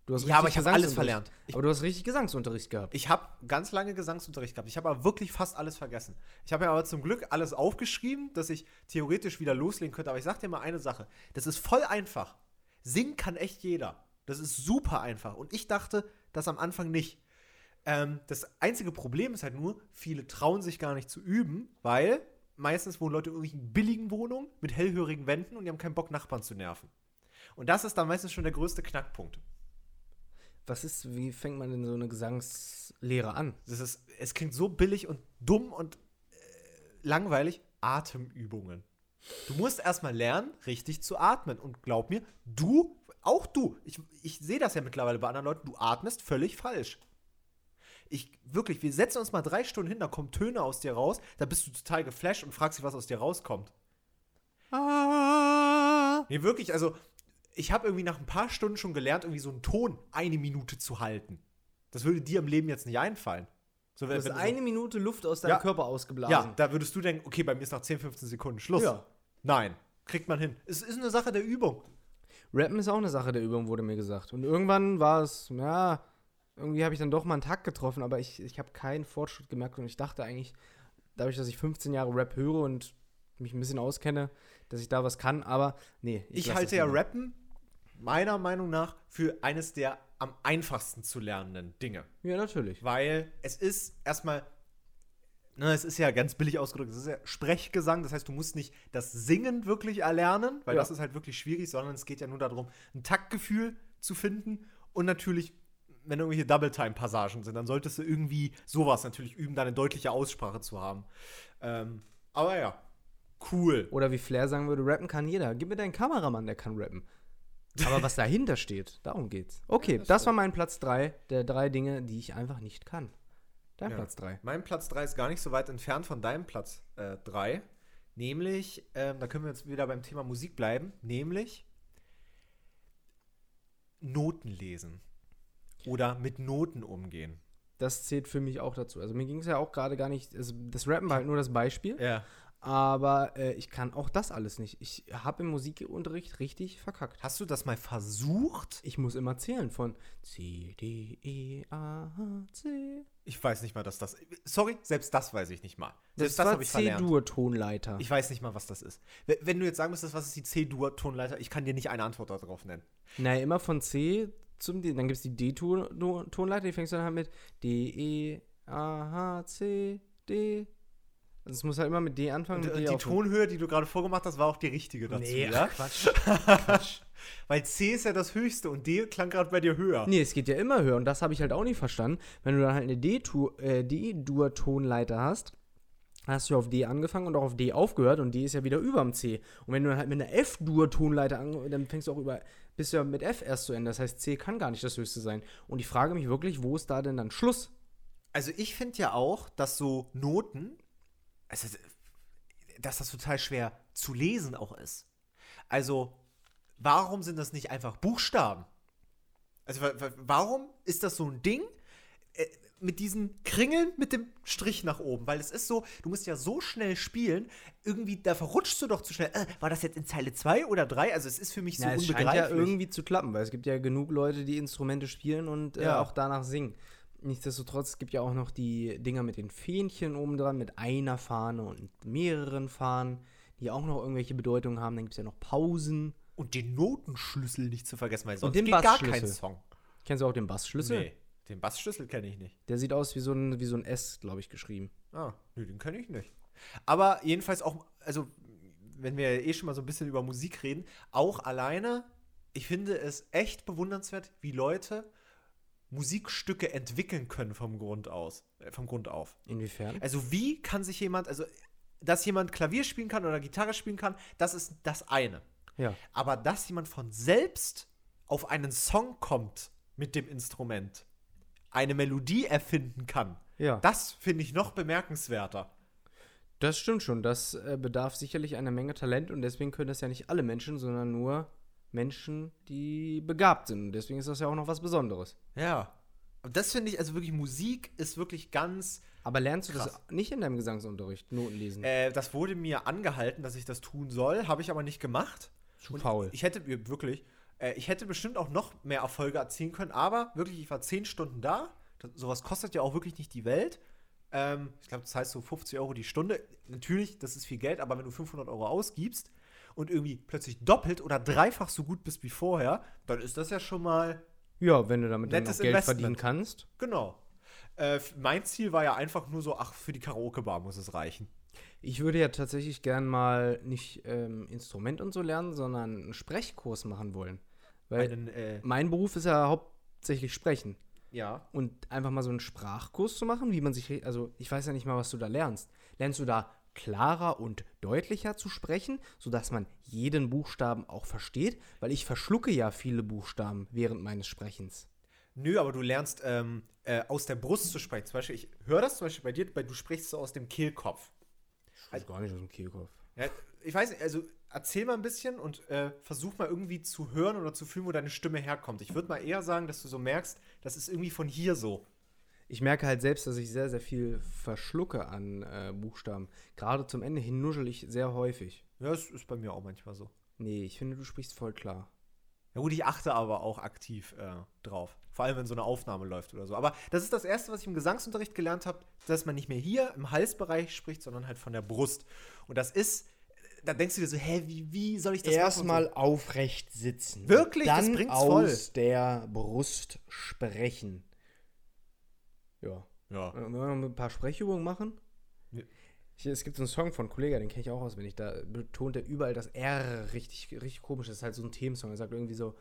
Du hast Ja, aber richtig ich habe alles Gesangsunterricht. verlernt. Aber du hast richtig Gesangsunterricht gehabt. Ich habe ganz lange Gesangsunterricht gehabt. Ich habe aber wirklich fast alles vergessen. Ich habe ja aber zum Glück alles aufgeschrieben, dass ich theoretisch wieder loslegen könnte. Aber ich sag dir mal eine Sache. Das ist voll einfach. Singen kann echt jeder. Das ist super einfach. Und ich dachte das am Anfang nicht. Das einzige Problem ist halt nur, viele trauen sich gar nicht zu üben, weil meistens wohnen Leute in irgendwelchen billigen Wohnungen mit hellhörigen Wänden und die haben keinen Bock, Nachbarn zu nerven. Und das ist dann meistens schon der größte Knackpunkt. Wie fängt man denn so eine Gesangslehre an? Es klingt so billig und dumm und langweilig. Atemübungen. Du musst erstmal lernen, richtig zu atmen. Und glaub mir, auch du, ich sehe das ja mittlerweile bei anderen Leuten, du atmest völlig falsch. Wirklich, wir setzen uns mal 3 Stunden hin, da kommen Töne aus dir raus, da bist du total geflasht und fragst dich, was aus dir rauskommt. Nee, wirklich, also ich habe irgendwie nach ein paar Stunden schon gelernt, irgendwie so einen Ton 1 Minute zu halten. Das würde dir im Leben jetzt nicht einfallen. So, Du hast 1 Minute Luft aus deinem Körper ausgeblasen. Ja, da würdest du denken, okay, bei mir ist nach 10, 15 Sekunden Schluss. Ja. Nein, kriegt man hin. Es ist eine Sache der Übung. Rappen ist auch eine Sache der Übung, wurde mir gesagt. Und irgendwann war es, ja, irgendwie habe ich dann doch mal einen Takt getroffen, aber ich habe keinen Fortschritt gemerkt und ich dachte eigentlich, dadurch, dass ich 15 Jahre Rap höre und mich ein bisschen auskenne, dass ich da was kann, aber nee. Ich halte ja Rappen meiner Meinung nach für eines der am einfachsten zu lernenden Dinge. Ja, natürlich. Weil es ist erstmal, es ist ja ganz billig ausgedrückt, es ist ja Sprechgesang, das heißt, du musst nicht das Singen wirklich erlernen, weil das ist halt wirklich schwierig, sondern es geht ja nur darum, ein Taktgefühl zu finden und natürlich, wenn irgendwelche Double-Time-Passagen sind, dann solltest du irgendwie sowas natürlich üben, da eine deutliche Aussprache zu haben. Aber ja, cool. Oder wie Flair sagen würde, rappen kann jeder. Gib mir deinen Kameramann, der kann rappen. Aber was dahinter steht, darum geht's. Okay, Ja, das war mein Platz 3 der 3 Dinge, die ich einfach nicht kann. Dein Platz 3. Mein Platz 3 ist gar nicht so weit entfernt von deinem Platz 3. Nämlich, da können wir jetzt wieder beim Thema Musik bleiben, nämlich Noten lesen. Oder mit Noten umgehen. Das zählt für mich auch dazu. Also mir ging es ja auch gerade gar nicht, also das Rappen war halt nur das Beispiel. Ja. Aber ich kann auch das alles nicht. Ich habe im Musikunterricht richtig verkackt. Hast du das mal versucht? Ich muss immer zählen von C, D, E, A, H, C. Ich weiß nicht mal, dass das. Sorry, selbst das weiß ich nicht mal. Das Selbst das war habe ich verlernt. C-Dur-Tonleiter. Ich weiß nicht mal, was das ist. Wenn du jetzt sagen müsstest, was ist die C-Dur-Tonleiter, ich kann dir nicht eine Antwort darauf nennen. Naja, immer von C zum D. Dann gibt es die D-Tonleiter, die fängst du dann halt mit D, E, A, H, C, D. Also es muss halt immer mit D anfangen. Und mit D die aufhören. Tonhöhe, die du gerade vorgemacht hast, war auch die richtige dazu, Nee, ja? Quatsch. Quatsch. Weil C ist ja das höchste und D klang gerade bei dir höher. Nee, es geht ja immer höher und das habe ich halt auch nicht verstanden. Wenn du dann halt eine D-Dur-Tonleiter hast du auf D angefangen und auch auf D aufgehört und D ist ja wieder überm C. Und wenn du dann halt mit einer F-Dur-Tonleiter dann fängst du auch bist du ja mit F erst zu Ende. Das heißt, C kann gar nicht das höchste sein. Und ich frage mich wirklich, wo ist da denn dann Schluss? Also ich finde ja auch, dass so Noten, also, dass das total schwer zu lesen auch ist. Also, warum sind das nicht einfach Buchstaben? Also, warum ist das so ein Ding mit diesen Kringeln mit dem Strich nach oben? Weil es ist so, du musst ja so schnell spielen, irgendwie, da verrutschst du doch zu schnell. War das jetzt in Zeile 2 oder 3? Also, es ist für mich so Es unbegreiflich. scheint ja irgendwie zu klappen, weil es gibt ja genug Leute, die Instrumente spielen und auch danach singen. Nichtsdestotrotz, es gibt ja auch noch die Dinger mit den Fähnchen oben dran, mit einer Fahne und mehreren Fahnen, die auch noch irgendwelche Bedeutungen haben. Dann gibt es ja noch Pausen. Und den Notenschlüssel nicht zu vergessen, weil sonst den geht gar Bassschlüssel. kein Song. Kennst du auch den Bassschlüssel? Nee, den Bassschlüssel kenne ich nicht. Der sieht aus wie so ein S, glaube ich, geschrieben. Ah, nee, den kenne ich nicht. Aber jedenfalls auch, also, wenn wir schon mal so ein bisschen über Musik reden, auch alleine, ich finde es echt bewundernswert, wie Leute Musikstücke entwickeln können vom Grund auf. Inwiefern? Also wie kann sich jemand, also dass jemand Klavier spielen kann oder Gitarre spielen kann, das ist das eine. Ja. Aber dass jemand von selbst auf einen Song kommt mit dem Instrument, eine Melodie erfinden kann, das finde ich noch bemerkenswerter. Das stimmt schon. Das bedarf sicherlich einer Menge Talent und deswegen können das ja nicht alle Menschen, sondern nur Menschen, die begabt sind. Und deswegen ist das ja auch noch was Besonderes. Ja. Und das finde ich, also wirklich, Musik ist wirklich ganz. Aber lernst du krass. das nicht in deinem Gesangsunterricht, Noten lesen? Das wurde mir angehalten, dass ich das tun soll, habe ich aber nicht gemacht. Zu faul. Ich hätte mir wirklich, Ich hätte bestimmt auch noch mehr Erfolge erzielen können, aber wirklich, ich war 10 Stunden da. Sowas kostet ja auch wirklich nicht die Welt. Ich glaube, das heißt so 50 Euro die Stunde. Natürlich, das ist viel Geld, aber wenn du 500 Euro ausgibst und irgendwie plötzlich doppelt oder dreifach so gut bist wie vorher, dann ist das ja schon mal Ja, wenn du damit dann noch nettes Geld Investment. verdienen kannst. Genau. Mein Ziel war ja einfach nur so, für die Karaoke-Bar muss es reichen. Ich würde ja tatsächlich gern mal nicht Instrument und so lernen, sondern einen Sprechkurs machen wollen. Weil mein Beruf ist ja hauptsächlich Sprechen. Ja. Und einfach mal so einen Sprachkurs zu machen, wie man sich, also ich weiß ja nicht mal, was du da lernst. Lernst du da klarer und deutlicher zu sprechen, sodass man jeden Buchstaben auch versteht? Weil ich verschlucke ja viele Buchstaben während meines Sprechens. Nö, aber du lernst aus der Brust zu sprechen. Zum Beispiel, ich höre das zum Beispiel bei dir, du sprichst so aus dem Kehlkopf. Ich weiß gar nicht aus dem Kehlkopf. Ja, ich weiß nicht, also erzähl mal ein bisschen und versuch mal irgendwie zu hören oder zu fühlen, wo deine Stimme herkommt. Ich würde mal eher sagen, dass du so merkst, das ist irgendwie von hier so. Ich merke halt selbst, dass ich sehr, sehr viel verschlucke an Buchstaben. Gerade zum Ende hin nuschel ich sehr häufig. Ja, das ist bei mir auch manchmal so. Nee, ich finde, du sprichst voll klar. Ja gut, ich achte aber auch aktiv drauf. Vor allem, wenn so eine Aufnahme läuft oder so. Aber das ist das Erste, was ich im Gesangsunterricht gelernt habe, dass man nicht mehr hier im Halsbereich spricht, sondern halt von der Brust. Und das ist, da denkst du dir so, hä, wie soll ich das machen? Erstmal aufrecht sitzen. Wirklich? Dann Das bringt's voll. aus der Brust sprechen. Ja. Ja. Wollen wir noch ein paar Sprechübungen machen? Ja. Es gibt so einen Song von Kollega, den kenne ich auch auswendig. Da betont er überall das R richtig, richtig komisch. Das ist halt so ein Themensong. Er sagt irgendwie so,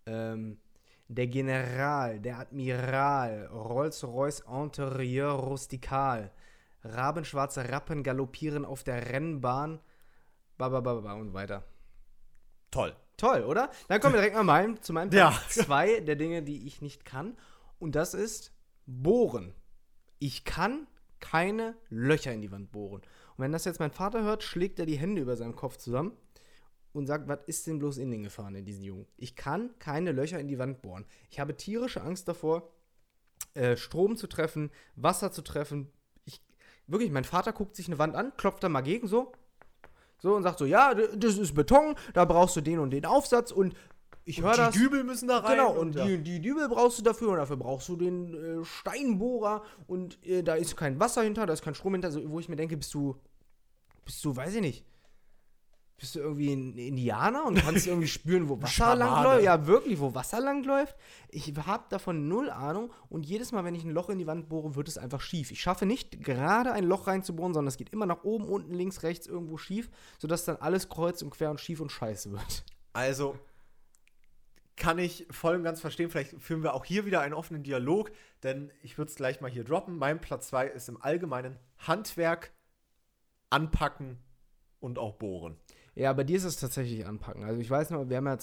der General, der Admiral, Rolls-Royce Interieur rustikal, rabenschwarze Rappen galoppieren auf der Rennbahn, babababa und weiter. Toll. Toll, oder? Dann kommen wir direkt mal zu meinem Ja. Top 2 der Dinge, die ich nicht kann. Und das ist Bohren. Ich kann keine Löcher in die Wand bohren. Und wenn das jetzt mein Vater hört, schlägt er die Hände über seinem Kopf zusammen und sagt, was ist denn bloß in den gefahren in diesen Jungen? Ich kann keine Löcher in die Wand bohren. Ich habe tierische Angst davor, Strom zu treffen, Wasser zu treffen. Wirklich, mein Vater guckt sich eine Wand an, klopft da mal gegen so und sagt so, ja, das ist Beton, da brauchst du den und den Aufsatz und ich höre das. Die Dübel müssen da rein. Genau, und die Dübel brauchst du dafür und dafür brauchst du den Steinbohrer und da ist kein Wasser hinter, da ist kein Strom hinter, so, wo ich mir denke, bist du, weiß ich nicht, bist du irgendwie ein Indianer und kannst irgendwie spüren, wo Wasser langläuft? Ja, wirklich, wo Wasser langläuft? Ich habe davon null Ahnung und jedes Mal, wenn ich ein Loch in die Wand bohre, wird es einfach schief. Ich schaffe nicht gerade ein Loch reinzubohren, sondern es geht immer nach oben, unten, links, rechts irgendwo schief, sodass dann alles kreuz und quer und schief und scheiße wird. Also kann ich voll und ganz verstehen. Vielleicht führen wir auch hier wieder einen offenen Dialog, denn ich würde es gleich mal hier droppen. Mein Platz 2 ist im Allgemeinen Handwerk, Anpacken und auch Bohren. Ja, bei dir ist es tatsächlich anpacken. Also ich weiß noch, wir haben ja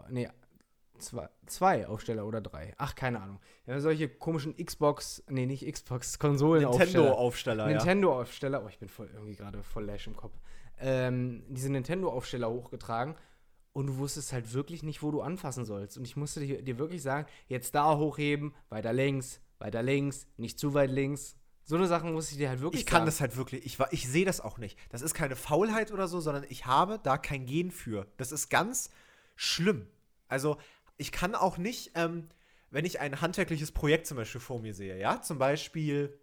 zwei Aufsteller oder 3. Ach, keine Ahnung. Wir haben solche komischen Konsolenaufsteller. Nintendo-Aufsteller, ja. Nintendo-Aufsteller. Oh, ich bin irgendwie gerade voll Lash im Kopf. Diese Nintendo-Aufsteller hochgetragen. Und du wusstest halt wirklich nicht, wo du anfassen sollst. Und ich musste dir wirklich sagen, jetzt da hochheben, weiter links, nicht zu weit links. So eine Sache musste ich dir halt wirklich sagen. Ich kann das halt wirklich, ich sehe das auch nicht. Das ist keine Faulheit oder so, sondern ich habe da kein Gen für. Das ist ganz schlimm. Also ich kann auch nicht, wenn ich ein handwerkliches Projekt zum Beispiel vor mir sehe, ja, zum Beispiel,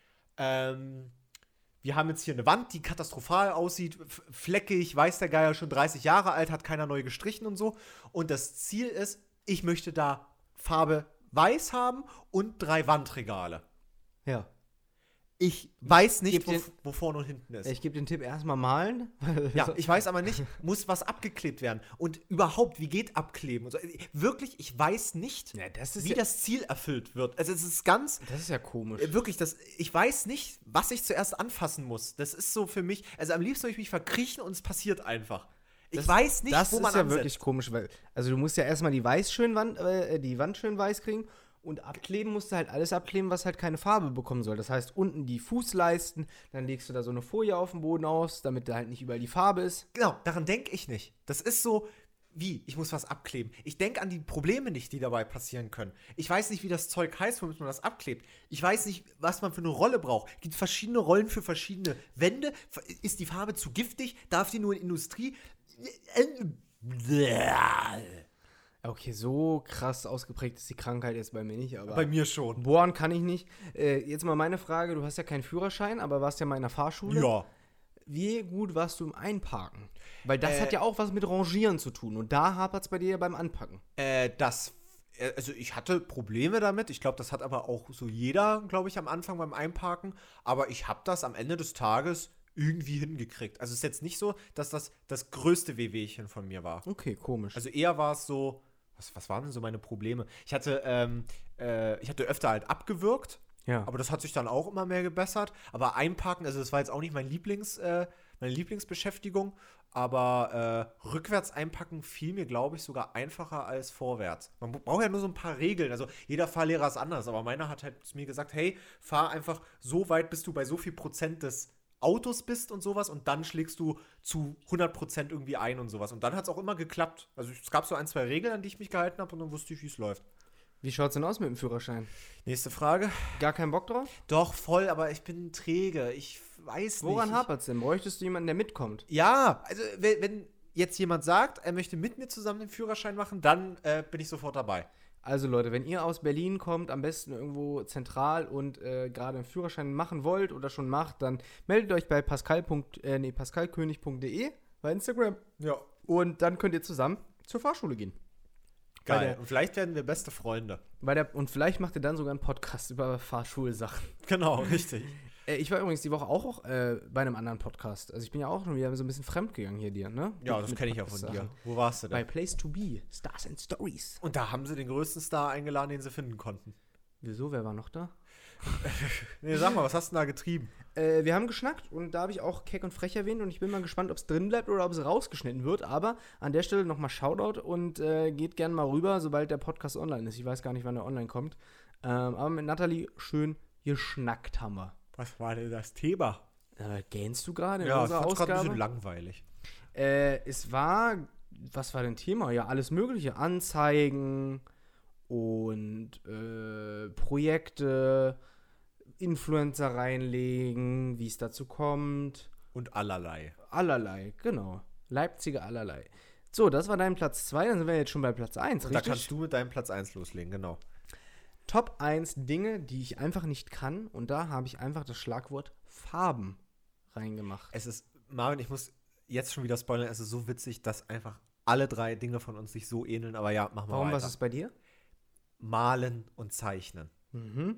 wir haben jetzt hier eine Wand, die katastrophal aussieht, fleckig, weiß der Geier, schon 30 Jahre alt, hat keiner neu gestrichen und so. Und das Ziel ist, ich möchte da Farbe weiß haben und 3 Wandregale. Ja. Ich weiß nicht, wo vorne und hinten ist. Ich gebe den Tipp, erstmal malen. Ja, ich weiß aber nicht, muss was abgeklebt werden. Und überhaupt, wie geht Abkleben? Und so. Wirklich, ich weiß nicht, wie das Ziel erfüllt wird. Also es ist ganz... Das ist ja komisch. Wirklich, ich weiß nicht, was ich zuerst anfassen muss. Das ist so für mich... Also am liebsten würde ich mich verkriechen und es passiert einfach. Ich weiß nicht, wo man ansetzt. Das ist ja wirklich komisch, weil... Also du musst ja erstmal die Wand schön weiß kriegen. Und abkleben musst du halt alles abkleben, was halt keine Farbe bekommen soll. Das heißt, unten die Fußleisten, dann legst du da so eine Folie auf den Boden aus, damit da halt nicht überall die Farbe ist. Genau, daran denke ich nicht. Das ist so, ich muss was abkleben. Ich denke an die Probleme nicht, die dabei passieren können. Ich weiß nicht, wie das Zeug heißt, womit man das abklebt. Ich weiß nicht, was man für eine Rolle braucht. Gibt verschiedene Rollen für verschiedene Wände? Ist die Farbe zu giftig? Darf die nur in Industrie? Okay, so krass ausgeprägt ist die Krankheit jetzt bei mir nicht, aber Bei mir schon. bohren kann ich nicht. Jetzt mal meine Frage, du hast ja keinen Führerschein, aber warst ja mal in der Fahrschule. Ja. Wie gut warst du im Einparken? Weil das hat ja auch was mit Rangieren zu tun und da hapert es bei dir ja beim Anpacken. Also ich hatte Probleme damit. Ich glaube, das hat aber auch so jeder, glaube ich, am Anfang beim Einparken. Aber ich habe das am Ende des Tages irgendwie hingekriegt. Also es ist jetzt nicht so, dass das größte Wehwehchen von mir war. Okay, komisch. Also eher war es so, was waren denn so meine Probleme? Ich hatte öfter halt abgewürgt, ja. aber das hat sich dann auch immer mehr gebessert. Aber Einparken, also das war jetzt auch nicht meine Lieblingsbeschäftigung, aber rückwärts einpacken fiel mir, glaube ich, sogar einfacher als vorwärts. Man braucht ja nur so ein paar Regeln. Also jeder Fahrlehrer ist anders, aber meiner hat halt zu mir gesagt, hey, fahr einfach so weit, bis du bei so viel Prozent des Autos bist und sowas und dann schlägst du zu 100% irgendwie ein und sowas. Und dann hat es auch immer geklappt. Also es gab so 1, 2 Regeln, an die ich mich gehalten habe und dann wusste ich, wie es läuft. Wie schaut's denn aus mit dem Führerschein? Nächste Frage. Gar keinen Bock drauf? Doch, voll, aber ich bin träge. Ich weiß nicht. Woran hapert's denn? Bräuchtest du jemanden, der mitkommt? Ja, also wenn jetzt jemand sagt, er möchte mit mir zusammen den Führerschein machen, dann bin ich sofort dabei. Also Leute, wenn ihr aus Berlin kommt, am besten irgendwo zentral und gerade einen Führerschein machen wollt oder schon macht, dann meldet euch bei pascalkönig.de bei Instagram. Ja. Und dann könnt ihr zusammen zur Fahrschule gehen. Geil. Und vielleicht werden wir beste Freunde. Und vielleicht macht ihr dann sogar einen Podcast über Fahrschulsachen. Genau, richtig. Ich war übrigens die Woche auch bei einem anderen Podcast. Also ich bin ja auch schon wieder so ein bisschen fremd gegangen hier dir, ne? Ja, das kenne ich ja von dir. Wo warst du denn? Bei Place to Be, Stars and Stories. Und da haben sie den größten Star eingeladen, den sie finden konnten. Wieso? Wer war noch da? Nee, sag mal, was hast du denn da getrieben? Wir haben geschnackt und da habe ich auch Keck und Frech erwähnt und ich bin mal gespannt, ob es drin bleibt oder ob es rausgeschnitten wird. Aber an der Stelle nochmal Shoutout und geht gerne mal rüber, sobald der Podcast online ist. Ich weiß gar nicht, wann der online kommt. Aber mit Nathalie schön geschnackt haben wir. Was war denn das Thema? Gähnst du gerade in ja, unserer das war Ausgabe? ein bisschen langweilig. Es war, was war denn Thema? Ja, alles mögliche. Anzeigen und Projekte, Influencer reinlegen, wie es dazu kommt. Und allerlei. Allerlei, genau. Leipziger allerlei. So, das war dein Platz 2, dann sind wir jetzt schon bei Platz 1, und richtig? Da kannst du mit deinem Platz 1 loslegen, genau. Top 1 Dinge, die ich einfach nicht kann. Und da habe ich einfach das Schlagwort Farben reingemacht. Es ist, Marvin, ich muss jetzt schon wieder spoilern, es ist so witzig, dass einfach alle 3 Dinge von uns sich so ähneln. Aber ja, machen wir Warum, weiter. was ist bei dir? Malen und Zeichnen. Mhm.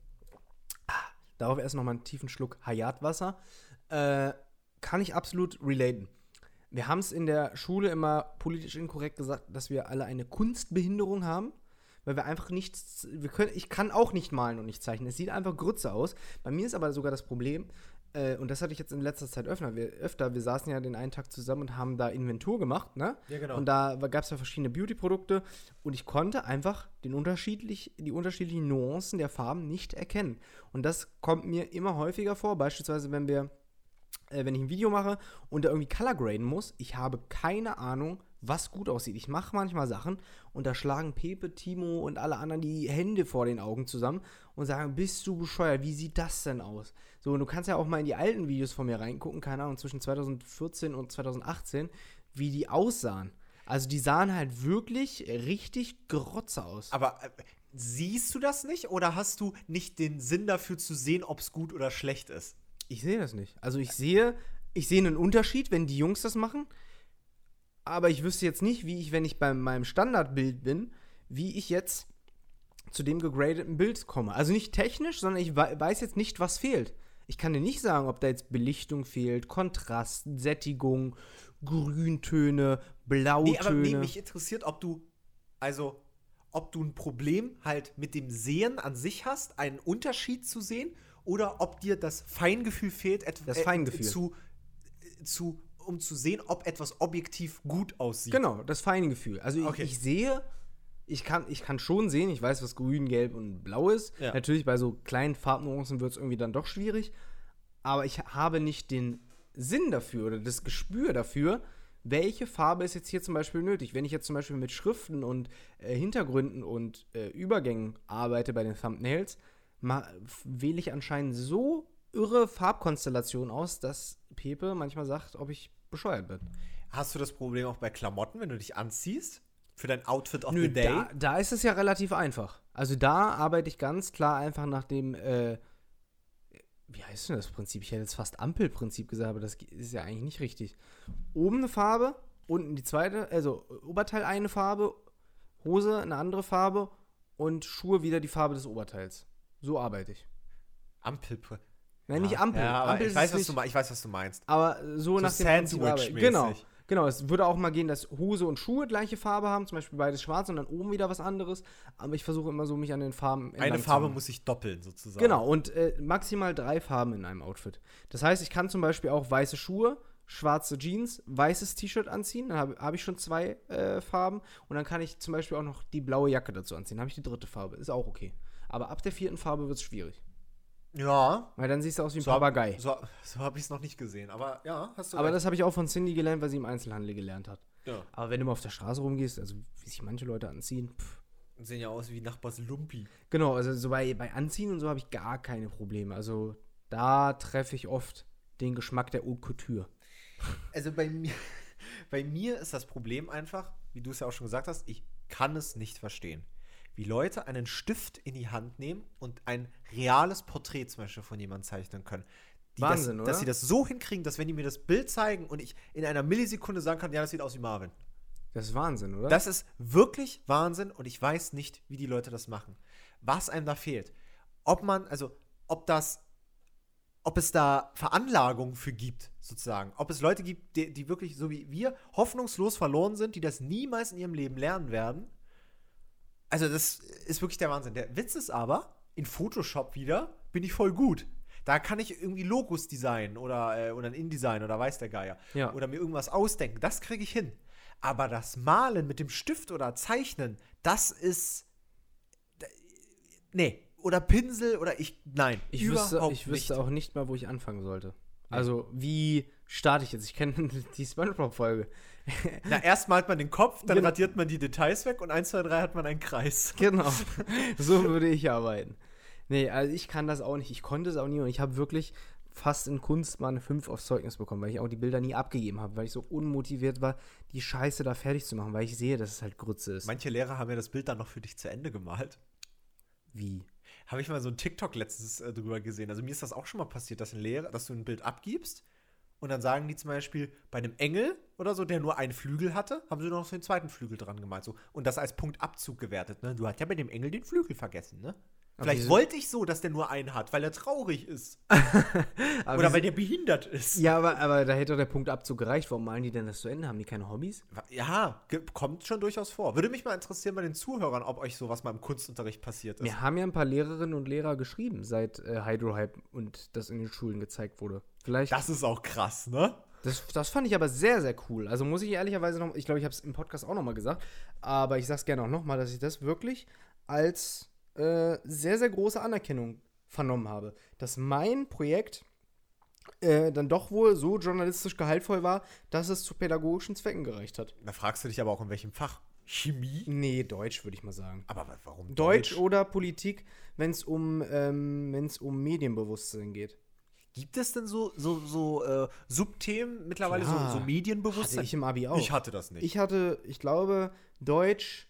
Darauf erst nochmal einen tiefen Schluck Hayat-Wasser. Kann ich absolut relaten. Wir haben es in der Schule immer politisch inkorrekt gesagt, dass wir alle eine Kunstbehinderung haben, weil wir einfach nichts, ich kann auch nicht malen und nicht zeichnen. Es sieht einfach Grütze aus. Bei mir ist aber sogar das Problem, und das hatte ich jetzt in letzter Zeit öfter, wir saßen ja den einen Tag zusammen und haben da Inventur gemacht, ne? Ja, genau. Und da gab es ja verschiedene Beauty-Produkte und ich konnte einfach die unterschiedlichen Nuancen der Farben nicht erkennen. Und das kommt mir immer häufiger vor, beispielsweise wenn ich ein Video mache und da irgendwie Color graden muss, ich habe keine Ahnung, was gut aussieht. Ich mache manchmal Sachen und da schlagen Pepe, Timo und alle anderen die Hände vor den Augen zusammen und sagen, bist du bescheuert, wie sieht das denn aus? So, und du kannst ja auch mal in die alten Videos von mir reingucken, keine Ahnung, zwischen 2014 und 2018, wie die aussahen. Also die sahen halt wirklich richtig grotze aus. Aber siehst du das nicht oder hast du nicht den Sinn dafür zu sehen, ob es gut oder schlecht ist? Ich sehe das nicht. Also ich sehe einen Unterschied, wenn die Jungs das machen, aber ich wüsste jetzt nicht, wie ich, wenn ich bei meinem Standardbild bin, wie ich jetzt zu dem gegradeten Bild komme. Also nicht technisch, sondern ich weiß jetzt nicht, was fehlt. Ich kann dir nicht sagen, ob da jetzt Belichtung fehlt, Kontrast, Sättigung, Grüntöne, Blautöne. Nee, aber mich interessiert, ob du ein Problem halt mit dem Sehen an sich hast, einen Unterschied zu sehen, oder ob dir das Feingefühl fehlt, das Feingefühl. Um zu sehen, ob etwas objektiv gut aussieht. Genau, das Feingefühl. Also okay. Ich sehe, ich kann schon sehen, ich weiß, was grün, gelb und blau ist. Ja. Natürlich bei so kleinen Farbnuancen wird es irgendwie dann doch schwierig. Aber ich habe nicht den Sinn dafür oder das Gespür dafür, welche Farbe ist jetzt hier zum Beispiel nötig. Wenn ich jetzt zum Beispiel mit Schriften und Hintergründen und Übergängen arbeite bei den Thumbnails, wähle ich anscheinend so irre Farbkonstellationen aus, dass Pepe manchmal sagt, ob ich bescheuert bin. Hast du das Problem auch bei Klamotten, wenn du dich anziehst? für dein Outfit of the Day? Da ist es ja relativ einfach. Also da arbeite ich ganz klar einfach nach dem, wie heißt denn das Prinzip? Ich hätte jetzt fast Ampelprinzip gesagt, aber das ist ja eigentlich nicht richtig. Oben eine Farbe, unten die zweite, also Oberteil eine Farbe, Hose eine andere Farbe und Schuhe wieder die Farbe des Oberteils. So arbeite ich. Ampelprinzip. Nein, nicht Ampel. Ja, aber Ampel ich weiß, was du meinst. Aber so nach dem Prinzip arbeiten. Sandwich-mäßig. Genau, es würde auch mal gehen, dass Hose und Schuhe gleiche Farbe haben, zum Beispiel beides schwarz und dann oben wieder was anderes. Aber ich versuche immer so, mich an den Farben Eine Farbe muss sich doppeln, sozusagen. Genau, und maximal 3 Farben in einem Outfit. Das heißt, ich kann zum Beispiel auch weiße Schuhe, schwarze Jeans, weißes T-Shirt anziehen. Dann hab ich schon 2 Farben. Und dann kann ich zum Beispiel auch noch die blaue Jacke dazu anziehen. Dann habe ich die 3. Farbe. Ist auch okay. Aber ab der 4. Farbe wird es schwierig. Ja. Weil dann siehst du aus wie ein Papagei. So habe ich es noch nicht gesehen. Aber ja, hast du Aber recht. das habe ich auch von Cindy gelernt, weil sie im Einzelhandel gelernt hat. Ja. Aber wenn du mal auf der Straße rumgehst, also wie sich manche Leute anziehen, Sehen ja aus wie Nachbars Lumpi. Genau, also so bei Anziehen und so habe ich gar keine Probleme. Also da treffe ich oft den Geschmack der Haute Couture. Also bei mir ist das Problem einfach, wie du es ja auch schon gesagt hast, ich kann es nicht verstehen. Wie Leute einen Stift in die Hand nehmen und ein reales Porträt zum Beispiel von jemandem zeichnen können. Wahnsinn, oder? Dass sie das so hinkriegen, dass wenn die mir das Bild zeigen und ich in einer Millisekunde sagen kann, ja, das sieht aus wie Marvin. Das ist Wahnsinn, oder? Das ist wirklich Wahnsinn und ich weiß nicht, wie die Leute das machen. Was einem da fehlt. Ob es da Veranlagungen für gibt, sozusagen. Ob es Leute gibt, die wirklich, so wie wir, hoffnungslos verloren sind, die das niemals in ihrem Leben lernen werden. Also das ist wirklich der Wahnsinn. Der Witz ist aber, in Photoshop wieder bin ich voll gut. Da kann ich irgendwie Logos designen oder ein InDesign oder weiß der Geier. Ja. Oder mir irgendwas ausdenken. Das kriege ich hin. Aber das Malen mit dem Stift oder Zeichnen, das ist nee. Oder Pinsel oder nein. Ich wüsste auch nicht mal, wo ich anfangen sollte. Also, wie starte ich jetzt? Ich kenne die SpongeBob-Folge. Na, erst malt man den Kopf, dann Genau. radiert man die Details weg und 1, 2, 3 hat man einen Kreis. Genau. So würde ich arbeiten. Nee, also ich kann das auch nicht. Ich konnte es auch nie. Und ich habe wirklich fast in Kunst mal eine 5 aufs Zeugnis bekommen, weil ich auch die Bilder nie abgegeben habe, weil ich so unmotiviert war, die Scheiße da fertig zu machen, weil ich sehe, dass es halt Grütze ist. Manche Lehrer haben ja das Bild dann noch für dich zu Ende gemalt. Wie? Habe ich mal so ein TikTok letztens drüber gesehen. Also mir ist das auch schon mal passiert, dass du ein Bild abgibst und dann sagen die zum Beispiel, bei einem Engel oder so, der nur einen Flügel hatte, haben sie noch so den zweiten Flügel dran gemalt. So. Und das als Punktabzug gewertet. Ne? Du hast ja bei dem Engel den Flügel vergessen, ne? Vielleicht wollte ich so, dass der nur einen hat, weil er traurig ist. Oder weil der behindert ist. Ja, aber da hätte doch der Punktabzug gereicht. Warum malen die denn das zu Ende? Haben die keine Hobbys? Ja, kommt schon durchaus vor. Würde mich mal interessieren bei den Zuhörern, ob euch sowas mal im Kunstunterricht passiert ist. Mir haben ja ein paar Lehrerinnen und Lehrer geschrieben, seit Hydrohype und das in den Schulen gezeigt wurde. Vielleicht. Das ist auch krass, ne? Das fand ich aber sehr, sehr cool. Also muss ich ehrlicherweise noch, ich glaube, ich habe es im Podcast auch noch mal gesagt, aber ich sag's gerne auch noch mal, dass ich das wirklich als sehr, sehr große Anerkennung vernommen habe. Dass mein Projekt dann doch wohl so journalistisch gehaltvoll war, dass es zu pädagogischen Zwecken gereicht hat. Da fragst du dich aber auch, in welchem Fach? Chemie? Nee, Deutsch, würde ich mal sagen. Aber warum Deutsch oder Politik, wenn es um Medienbewusstsein geht. Gibt es denn so Subthemen mittlerweile, Klar. so Medienbewusstsein? Hatte ich im Abi auch. Ich hatte das nicht. Ich glaube, Deutsch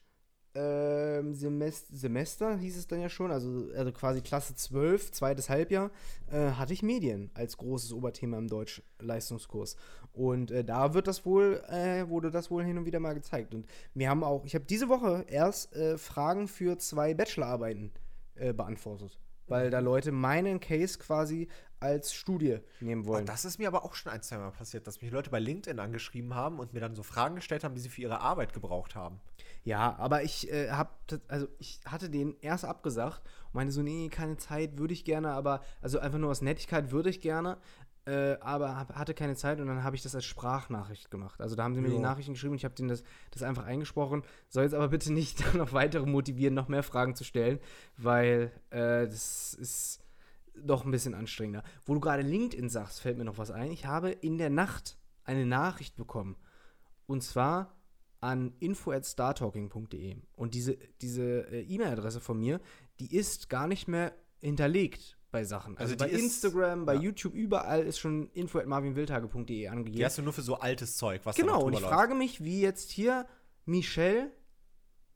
Semester hieß es dann ja schon, also quasi Klasse 12, zweites Halbjahr, hatte ich Medien als großes Oberthema im Deutsch-Leistungskurs. Und da wurde das wohl hin und wieder mal gezeigt. Und ich habe diese Woche erst Fragen für 2 Bachelorarbeiten beantwortet. Weil da Leute meinen Case quasi als Studie nehmen wollen. Das ist mir aber auch schon 1, 2 Mal passiert, dass mich Leute bei LinkedIn angeschrieben haben und mir dann so Fragen gestellt haben, die sie für ihre Arbeit gebraucht haben. Ja, aber ich hatte den erst abgesagt und meinte so, nee, keine Zeit, würde ich gerne, aber, also einfach nur aus Nettigkeit würde ich gerne, aber hatte keine Zeit und dann habe ich das als Sprachnachricht gemacht. Also da haben sie mir die Nachrichten geschrieben und ich habe denen das einfach eingesprochen. Soll jetzt aber bitte nicht noch weitere motivieren, noch mehr Fragen zu stellen, weil das ist doch ein bisschen anstrengender. Wo du gerade LinkedIn sagst, fällt mir noch was ein. Ich habe in der Nacht eine Nachricht bekommen und zwar an info@startalking.de. Und diese E-Mail-Adresse von mir, die ist gar nicht mehr hinterlegt bei Sachen. Also bei Instagram, bei YouTube, überall ist schon info@marvinwildhage.de angegeben. Die hast du nur für so altes Zeug, was genau, da und ich frage mich, wie jetzt hier Michelle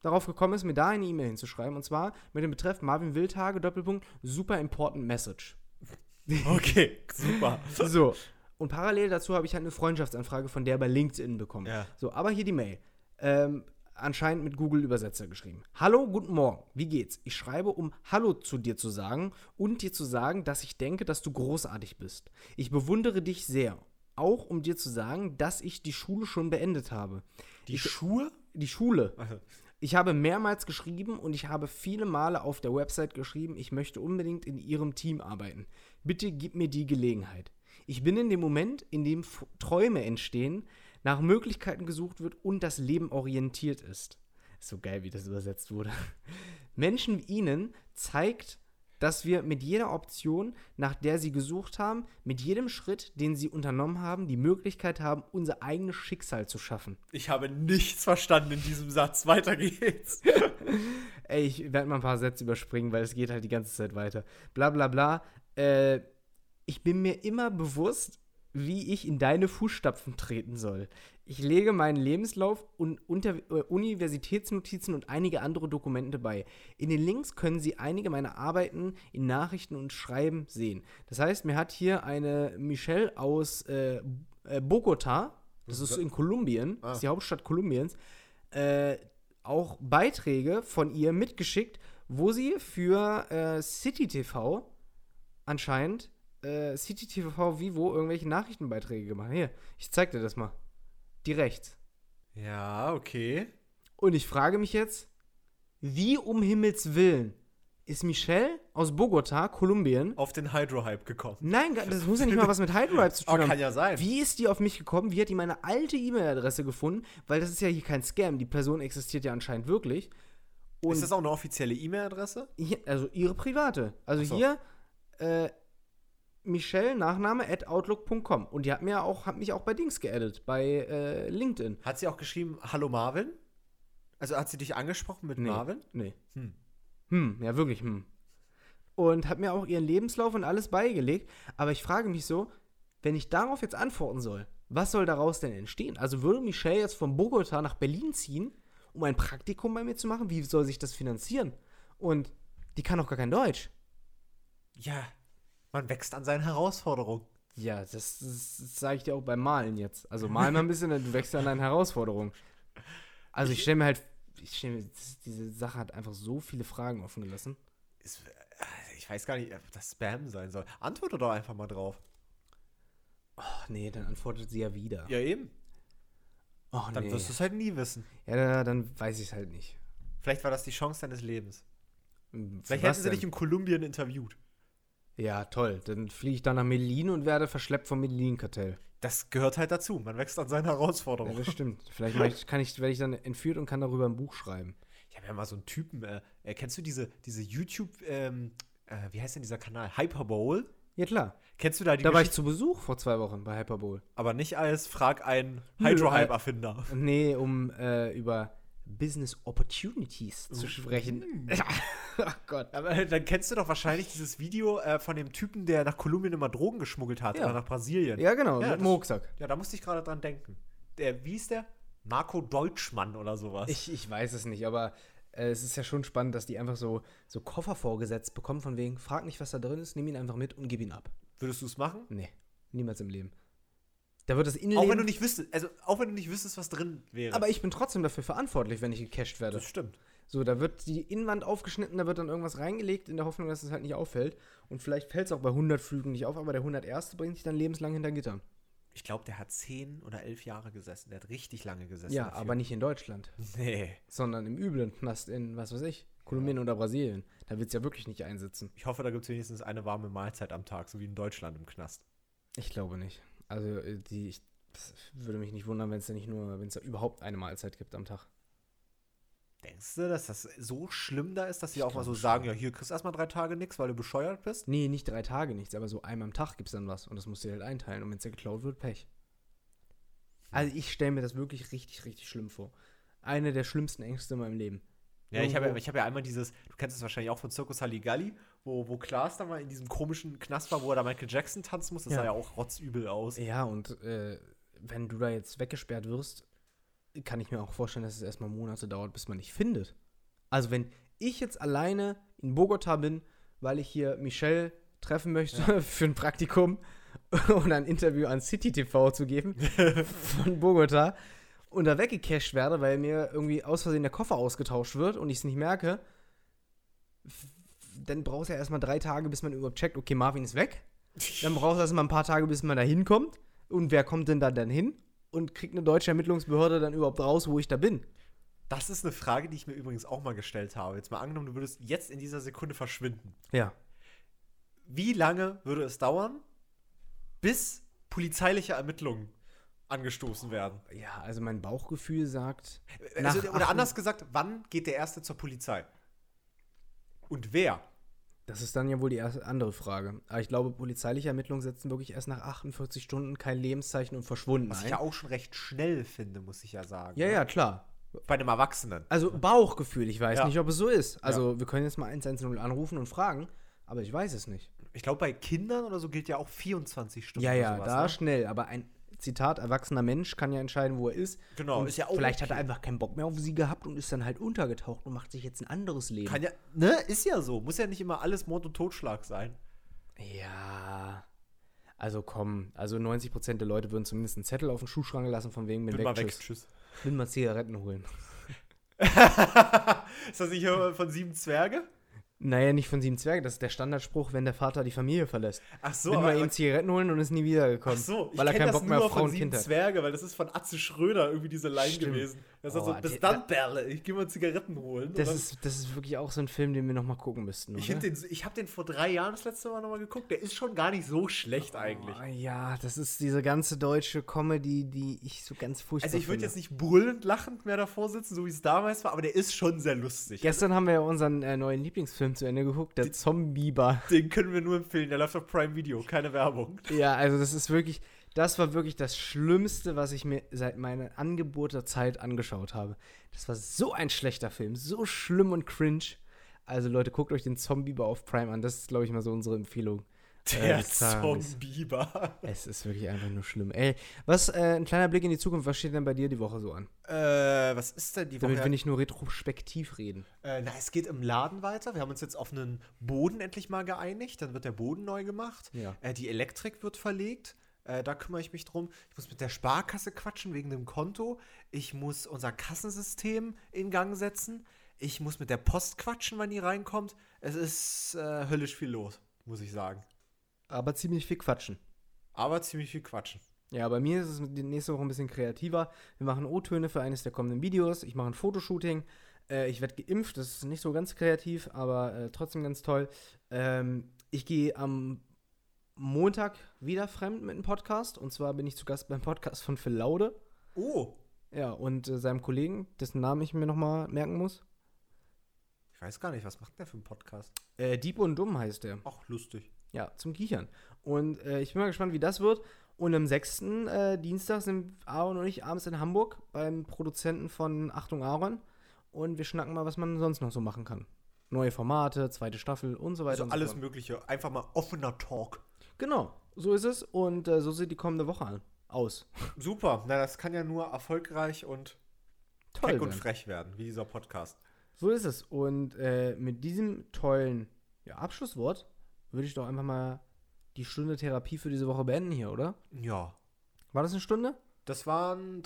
darauf gekommen ist, mir da eine E-Mail hinzuschreiben. Und zwar mit dem Betreff Marvin Wildhage, Doppelpunkt, super important message. Okay, super. So, und parallel dazu habe ich halt eine Freundschaftsanfrage von der bei LinkedIn bekommen. Ja. So, aber hier die Mail. Anscheinend mit Google-Übersetzer geschrieben. Hallo, guten Morgen, wie geht's? Ich schreibe, um Hallo zu dir zu sagen und dir zu sagen, dass ich denke, dass du großartig bist. Ich bewundere dich sehr. Auch um dir zu sagen, dass ich die Schule schon beendet habe. Die Schuhe? Die Schule. Also, Ich habe mehrmals geschrieben und ich habe viele Male auf der Website geschrieben, ich möchte unbedingt in Ihrem Team arbeiten. Bitte gib mir die Gelegenheit. Ich bin in dem Moment, in dem Träume entstehen, nach Möglichkeiten gesucht wird und das Leben orientiert ist. Ist so geil, wie das übersetzt wurde. Menschen wie Ihnen zeigt, dass wir mit jeder Option, nach der Sie gesucht haben, mit jedem Schritt, den Sie unternommen haben, die Möglichkeit haben, unser eigenes Schicksal zu schaffen. ich habe nichts verstanden in diesem Satz. Weiter geht's. Ey, ich werde mal ein paar Sätze überspringen, weil es geht halt die ganze Zeit weiter. Bla bla bla. Ich bin mir immer bewusst, wie ich in deine Fußstapfen treten soll. Ich lege meinen Lebenslauf und Universitätsnotizen und einige andere Dokumente bei. In den Links können Sie einige meiner Arbeiten in Nachrichten und Schreiben sehen. Das heißt, mir hat hier eine Michelle aus Bogotá, das ist in Kolumbien, das ist die Hauptstadt Kolumbiens, auch Beiträge von ihr mitgeschickt, wo sie für City TV anscheinend City TV Vivo irgendwelche Nachrichtenbeiträge gemacht. Hier, ich zeig dir das mal. Die rechts. Ja, okay. Und ich frage mich jetzt, wie um Himmels Willen ist Michelle aus Bogotá, Kolumbien, Auf den Hydro-Hype gekommen. nein, das muss ja nicht mal was mit Hydrohype zu tun Oh, haben. kann ja sein. Wie ist die auf mich gekommen? Wie hat die meine alte E-Mail-Adresse gefunden? Weil das ist ja hier kein Scam. Die Person existiert ja anscheinend wirklich. Und Ist das auch eine offizielle E-Mail-Adresse? hier, also ihre private. Also Ach so. hier, Michelle, Nachname, @outlook.com. Und die hat mich auch bei Dings geaddet, bei LinkedIn. Hat sie auch geschrieben, hallo Marvin? Also hat sie dich angesprochen mit Marvin? Nee. Hm. Ja wirklich, Und hat mir auch ihren Lebenslauf und alles beigelegt. Aber ich frage mich so, wenn ich darauf jetzt antworten soll, was soll daraus denn entstehen? Also würde Michelle jetzt von Bogotá nach Berlin ziehen, um ein Praktikum bei mir zu machen? Wie soll sich das finanzieren? Und die kann doch gar kein Deutsch. Ja, man wächst an seinen Herausforderungen. Ja, das sage ich dir auch beim Malen jetzt. Also mal ein bisschen, du wächst an deinen Herausforderungen. Also ich stelle mir, diese Sache hat einfach so viele Fragen offen gelassen. Ich weiß gar nicht, ob das Spam sein soll. Antworte doch einfach mal drauf. Ach nee, dann antwortet sie ja wieder. Ja, eben. Ach Dann nee. wirst du es halt nie wissen. Ja, dann weiß ich es halt nicht. Vielleicht war das die Chance deines Lebens. Für Vielleicht was hätten sie denn? dich in Kolumbien interviewt. Ja, toll. Dann fliege ich dann nach Medellin und werde verschleppt vom Medellin-Kartell. Das gehört halt dazu. Man wächst an seinen Ja, Herausforderungen. das stimmt. Vielleicht werde ich dann entführt und kann darüber ein Buch schreiben. Ich habe ja mal so einen Typen, kennst du diese YouTube, wie heißt denn dieser Kanal? Hyperbowl? Ja, klar. Kennst du da die Da war ich Geschichte? zu Besuch vor 2 Wochen bei Hyperbowl. Aber nicht als Frag einen Nö, Hydro-Hype-Erfinder. Nee, um über Business Opportunities zu sprechen. Ach Gott. Aber dann kennst du doch wahrscheinlich dieses Video von dem Typen, der nach Kolumbien immer Drogen geschmuggelt hat Ja. oder nach Brasilien. Ja, genau, Ja, mit dem Rucksack. Ja, da musste ich gerade dran denken. Wie ist der? Marco Deutschmann oder sowas. Ich weiß es nicht, aber es ist ja schon spannend, dass die einfach so Koffer vorgesetzt bekommen, von wegen, frag nicht, was da drin ist, nimm ihn einfach mit und gib ihn ab. Würdest du es machen? Nee, niemals im Leben. Da wird das Auch Innenleben... wenn du nicht wüsstest, was drin wäre. aber ich bin trotzdem dafür verantwortlich, wenn ich gecached werde. das stimmt. So, da wird die Innenwand aufgeschnitten, da wird dann irgendwas reingelegt, in der Hoffnung, dass es halt nicht auffällt. Und vielleicht fällt es auch bei 100 Flügen nicht auf, aber der 101. bringt dich dann lebenslang hinter Gittern. Ich glaube, der hat 10 oder 11 Jahre gesessen. Der hat richtig lange gesessen. Ja, dafür. aber nicht in Deutschland, Nee. sondern im üblen Knast in, was weiß ich, Kolumbien oder Brasilien. Da wird es ja wirklich nicht einsitzen. Ich hoffe, da gibt es wenigstens eine warme Mahlzeit am Tag, so wie in Deutschland im Knast. Ich glaube nicht. Also, das würde mich nicht wundern, wenn es da überhaupt eine Mahlzeit gibt am Tag. Denkst du, dass das so schlimm da ist, dass sie Ich auch mal so glaube sagen, schon. ja, hier kriegst du erstmal 3 Tage nichts, weil du bescheuert bist? Nee, nicht 3 Tage nichts, aber so einmal am Tag gibt es dann was. Und das musst du dir halt einteilen. Und wenn es dir geklaut wird, Pech. Also ich stelle mir das wirklich richtig, richtig schlimm vor. Eine der schlimmsten Ängste in meinem Leben. Ja, ich habe Irgendwo- ja einmal dieses, du kennst es wahrscheinlich auch von Circus Halligalli, wo Klaas da mal in diesem komischen Knast war, wo er da Michael Jackson tanzen muss. Das Ja. sah ja auch rotzübel aus. Ja, und wenn du da jetzt weggesperrt wirst, kann ich mir auch vorstellen, dass es erstmal Monate dauert, bis man dich findet. Also wenn ich jetzt alleine in Bogota bin, weil ich hier Michelle treffen möchte für ein Praktikum und ein Interview an City TV zu geben von Bogota und da weggecasht werde, weil mir irgendwie aus Versehen der Koffer ausgetauscht wird und ich es nicht merke, dann brauchst du ja erstmal 3 Tage, bis man überhaupt checkt, okay, Marvin ist weg. Dann brauchst du erstmal ein paar Tage, bis man da hinkommt. Und wer kommt denn da dann hin? Und kriegt eine deutsche Ermittlungsbehörde dann überhaupt raus, wo ich da bin? Das ist eine Frage, die ich mir übrigens auch mal gestellt habe. Jetzt mal angenommen, du würdest jetzt in dieser Sekunde verschwinden. Ja. Wie lange würde es dauern, bis polizeiliche Ermittlungen angestoßen werden? Ja, also mein Bauchgefühl sagt. Oder anders gesagt, wann geht der Erste zur Polizei? Und wer? Das ist dann ja wohl die andere Frage. Aber ich glaube, polizeiliche Ermittlungen setzen wirklich erst nach 48 Stunden kein Lebenszeichen und verschwunden Was ein. ich ja auch schon recht schnell finde, muss ich ja sagen. Ja, klar. Bei einem Erwachsenen. Also Bauchgefühl, ich weiß Ja. nicht, ob es so ist. Also wir können jetzt mal 110 anrufen und fragen, aber ich weiß es nicht. Ich glaube, bei Kindern oder so gilt ja auch 24 Stunden. Ja, oder ja, sowas, da ne? schnell. Aber ein, Zitat, erwachsener Mensch kann ja entscheiden, wo er ist. Genau, Und ist ja auch vielleicht okay. hat er einfach keinen Bock mehr auf sie gehabt und ist dann halt untergetaucht und macht sich jetzt ein anderes Leben. Kann ja, ne? Ist ja so. Muss ja nicht immer alles Mord und Totschlag sein. Ja. Also komm, also 90% der Leute würden zumindest einen Zettel auf den Schuhschrank lassen, von wegen, bin Bin mal weg, weg, tschüss. tschüss. Will mal Zigaretten holen. Ist das nicht hier von 7 Zwerge? Naja, nicht von 7 Zwergen, das ist der Standardspruch, wenn der Vater die Familie verlässt. Ach so, Will aber mal eben Zigaretten holen und ist nie wiedergekommen. ach so, ich weil er kenn keinen das Bock mehr nur auf Frau von und 7 Kind hat. Zwerge, weil das ist von Atze Schröder irgendwie diese Line Stimmt. gewesen. Das ist Oh, so, bis dann, Berle, ich geh mal Zigaretten holen. Das Und ist wirklich auch so ein Film, den wir noch mal gucken müssten, ich oder? ich habe den vor 3 Jahren das letzte Mal nochmal geguckt. Der ist schon gar nicht so schlecht eigentlich. Oh, ja, das ist diese ganze deutsche Comedy, die ich so ganz furchtbar Also ich würde finde. jetzt nicht brüllend lachend mehr davor sitzen, so wie es damals war, aber der ist schon sehr lustig. Gestern haben wir ja unseren neuen Lieblingsfilm zu Ende geguckt, der Zombieber. Den können wir nur empfehlen, der läuft auf Prime Video, keine Werbung. Ja, also das war wirklich das Schlimmste, was ich mir seit meiner Angeburterzeit angeschaut habe. Das war so ein schlechter Film, so schlimm und cringe. Also Leute, guckt euch den Zombieber auf Prime an, das ist, glaube ich, mal so unsere Empfehlung. Der des Tages. Zombieber. Es ist wirklich einfach nur schlimm. Ey, ein kleiner Blick in die Zukunft, was steht denn bei dir die Woche so an? Was ist denn die Woche? Damit wir nicht nur retrospektiv reden. Es geht im Laden weiter. Wir haben uns jetzt auf einen Boden endlich mal geeinigt. Dann wird der Boden neu gemacht. Ja. Die Elektrik wird verlegt. Da kümmere ich mich drum. Ich muss mit der Sparkasse quatschen wegen dem Konto. Ich muss unser Kassensystem in Gang setzen. Ich muss mit der Post quatschen, wenn die reinkommt. Es ist höllisch viel los, muss ich sagen. Aber ziemlich viel quatschen. Aber ziemlich viel quatschen. Ja, bei mir ist es die nächste Woche ein bisschen kreativer. Wir machen O-Töne für eines der kommenden Videos. Ich mache ein Fotoshooting. Ich werde geimpft. Das ist nicht so ganz kreativ, aber trotzdem ganz toll. Ich gehe am Montag wieder fremd mit einem Podcast. Und zwar bin ich zu Gast beim Podcast von Phil Laude. Oh, Ja, und seinem Kollegen, dessen Namen ich mir nochmal merken muss. ich weiß gar nicht, was macht der für einen Podcast? Dieb und Dumm heißt der. Ach, lustig. Ja, zum Kichern. Und ich bin mal gespannt, wie das wird. Und am 6. Dienstag sind Aaron und ich abends in Hamburg beim Produzenten von Achtung Aaron. Und wir schnacken mal, was man sonst noch so machen kann. Neue Formate, zweite Staffel und so weiter. Also und so alles fort. Mögliche. Einfach mal offener Talk. Genau, so ist es. Und so sieht die kommende Woche aus. Super. Na, das kann ja nur erfolgreich und Toll. keck und werden. frech werden, wie dieser Podcast. So ist es. Und mit diesem tollen Abschlusswort würde ich doch einfach mal die Stunde Therapie für diese Woche beenden hier, oder? Ja. War das eine Stunde? Das waren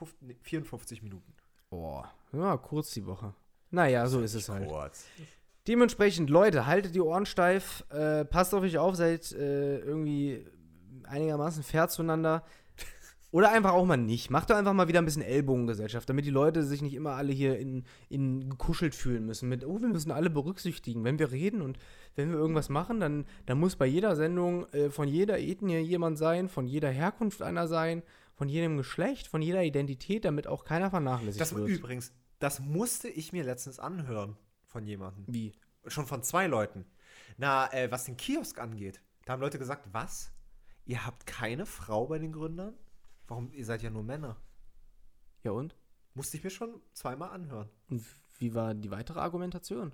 54 Minuten. Boah, ja, kurz die Woche. Naja, so ist es halt. Kurz. Dementsprechend, Leute, haltet die Ohren steif, passt auf euch auf, seid irgendwie einigermaßen fair zueinander. Oder einfach auch mal nicht. Macht doch einfach mal wieder ein bisschen Ellbogengesellschaft, damit die Leute sich nicht immer alle hier in gekuschelt fühlen müssen. Mit, wir müssen alle berücksichtigen. Wenn wir reden und wenn wir irgendwas machen, dann muss bei jeder Sendung von jeder Ethnie jemand sein, von jeder Herkunft einer sein, von jedem Geschlecht, von jeder Identität, damit auch keiner vernachlässigt Das wird. übrigens, das musste ich mir letztens anhören von jemandem. Wie? Schon von 2 Leuten. Na, was den Kiosk angeht, da haben Leute gesagt, was? Ihr habt keine Frau bei den Gründern? Warum? Ihr seid ja nur Männer. Ja und? Musste ich mir schon 2-mal anhören. Und wie war die weitere Argumentation?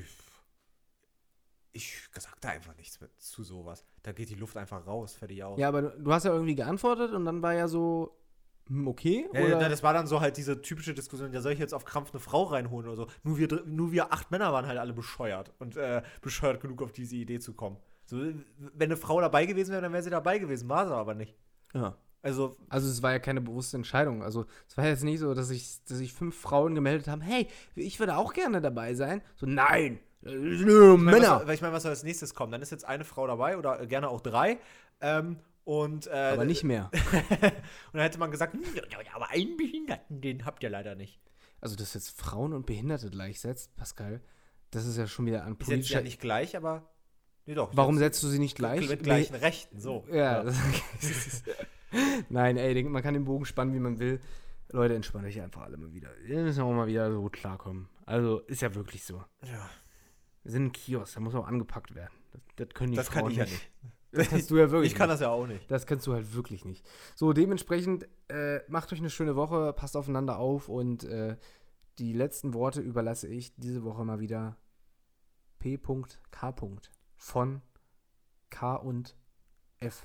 Ich sagte einfach nichts mit zu sowas. Da geht die Luft einfach raus, fertig aus. Ja, aber du hast ja irgendwie geantwortet und dann war ja so, okay? Ja, oder? das war dann so halt diese typische Diskussion, ja, soll ich jetzt auf Krampf eine Frau reinholen oder so? Nur wir 8 Männer waren halt alle bescheuert und bescheuert genug, auf diese Idee zu kommen. So, wenn eine Frau dabei gewesen wäre, dann wäre sie dabei gewesen, war sie aber nicht. Ja. Also es war ja keine bewusste Entscheidung. Also es war jetzt nicht so, dass sich 5 Frauen gemeldet haben, hey, ich würde auch gerne dabei sein. So, nein, das sind nur Männer. Ich meine, was soll als nächstes kommen? Dann ist jetzt eine Frau dabei oder gerne auch 3. Aber nicht mehr. Und dann hätte man gesagt, aber einen Behinderten, den habt ihr leider nicht. Also, dass jetzt Frauen und Behinderte gleichsetzt, Pascal, das ist ja schon wieder an Ist jetzt politischer... ja nicht gleich, aber nee, doch. Warum setzt du sie nicht gleich? Mit gleichen Rechten, so. Ja. Nein, ey, man kann den Bogen spannen, wie man will. Leute, entspannt euch einfach alle mal wieder. Wir müssen auch mal wieder so gut klarkommen. Also, ist ja wirklich so. Ja. Wir sind ein Kiosk, da muss auch angepackt werden. Das können die Das Frauen kann ich ja nicht. Das kannst du ja wirklich Ich kann nicht. das ja auch nicht. Das kannst du halt wirklich nicht. So, dementsprechend, macht euch eine schöne Woche, passt aufeinander auf und die letzten Worte überlasse ich diese Woche mal wieder P.K. von K und F.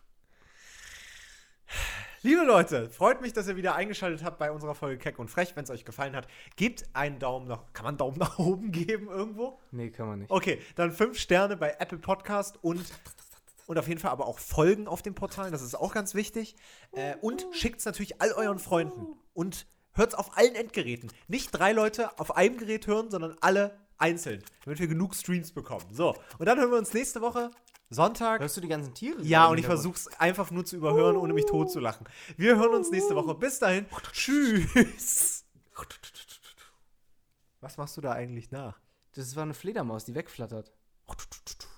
Liebe Leute, freut mich, dass ihr wieder eingeschaltet habt bei unserer Folge Keck und Frech. Wenn es euch gefallen hat, gebt einen Daumen nach. Kann man einen Daumen nach oben geben irgendwo? Nee, kann man nicht. Okay, dann 5 Sterne bei Apple Podcast und auf jeden Fall aber auch Folgen auf den Portalen. Das ist auch ganz wichtig. Und schickt es natürlich all euren Freunden. Und hört es auf allen Endgeräten. Nicht 3 Leute auf einem Gerät hören, sondern alle einzeln. Damit wir genug Streams bekommen. So, und dann hören wir uns nächste Woche. Sonntag. Hörst du die ganzen Tiere? Ja, und ich versuche es einfach nur zu überhören, ohne mich tot zu lachen. Wir hören uns nächste Woche. Bis dahin. Tschüss. Was machst du da eigentlich nach? Das war eine Fledermaus, die wegflattert.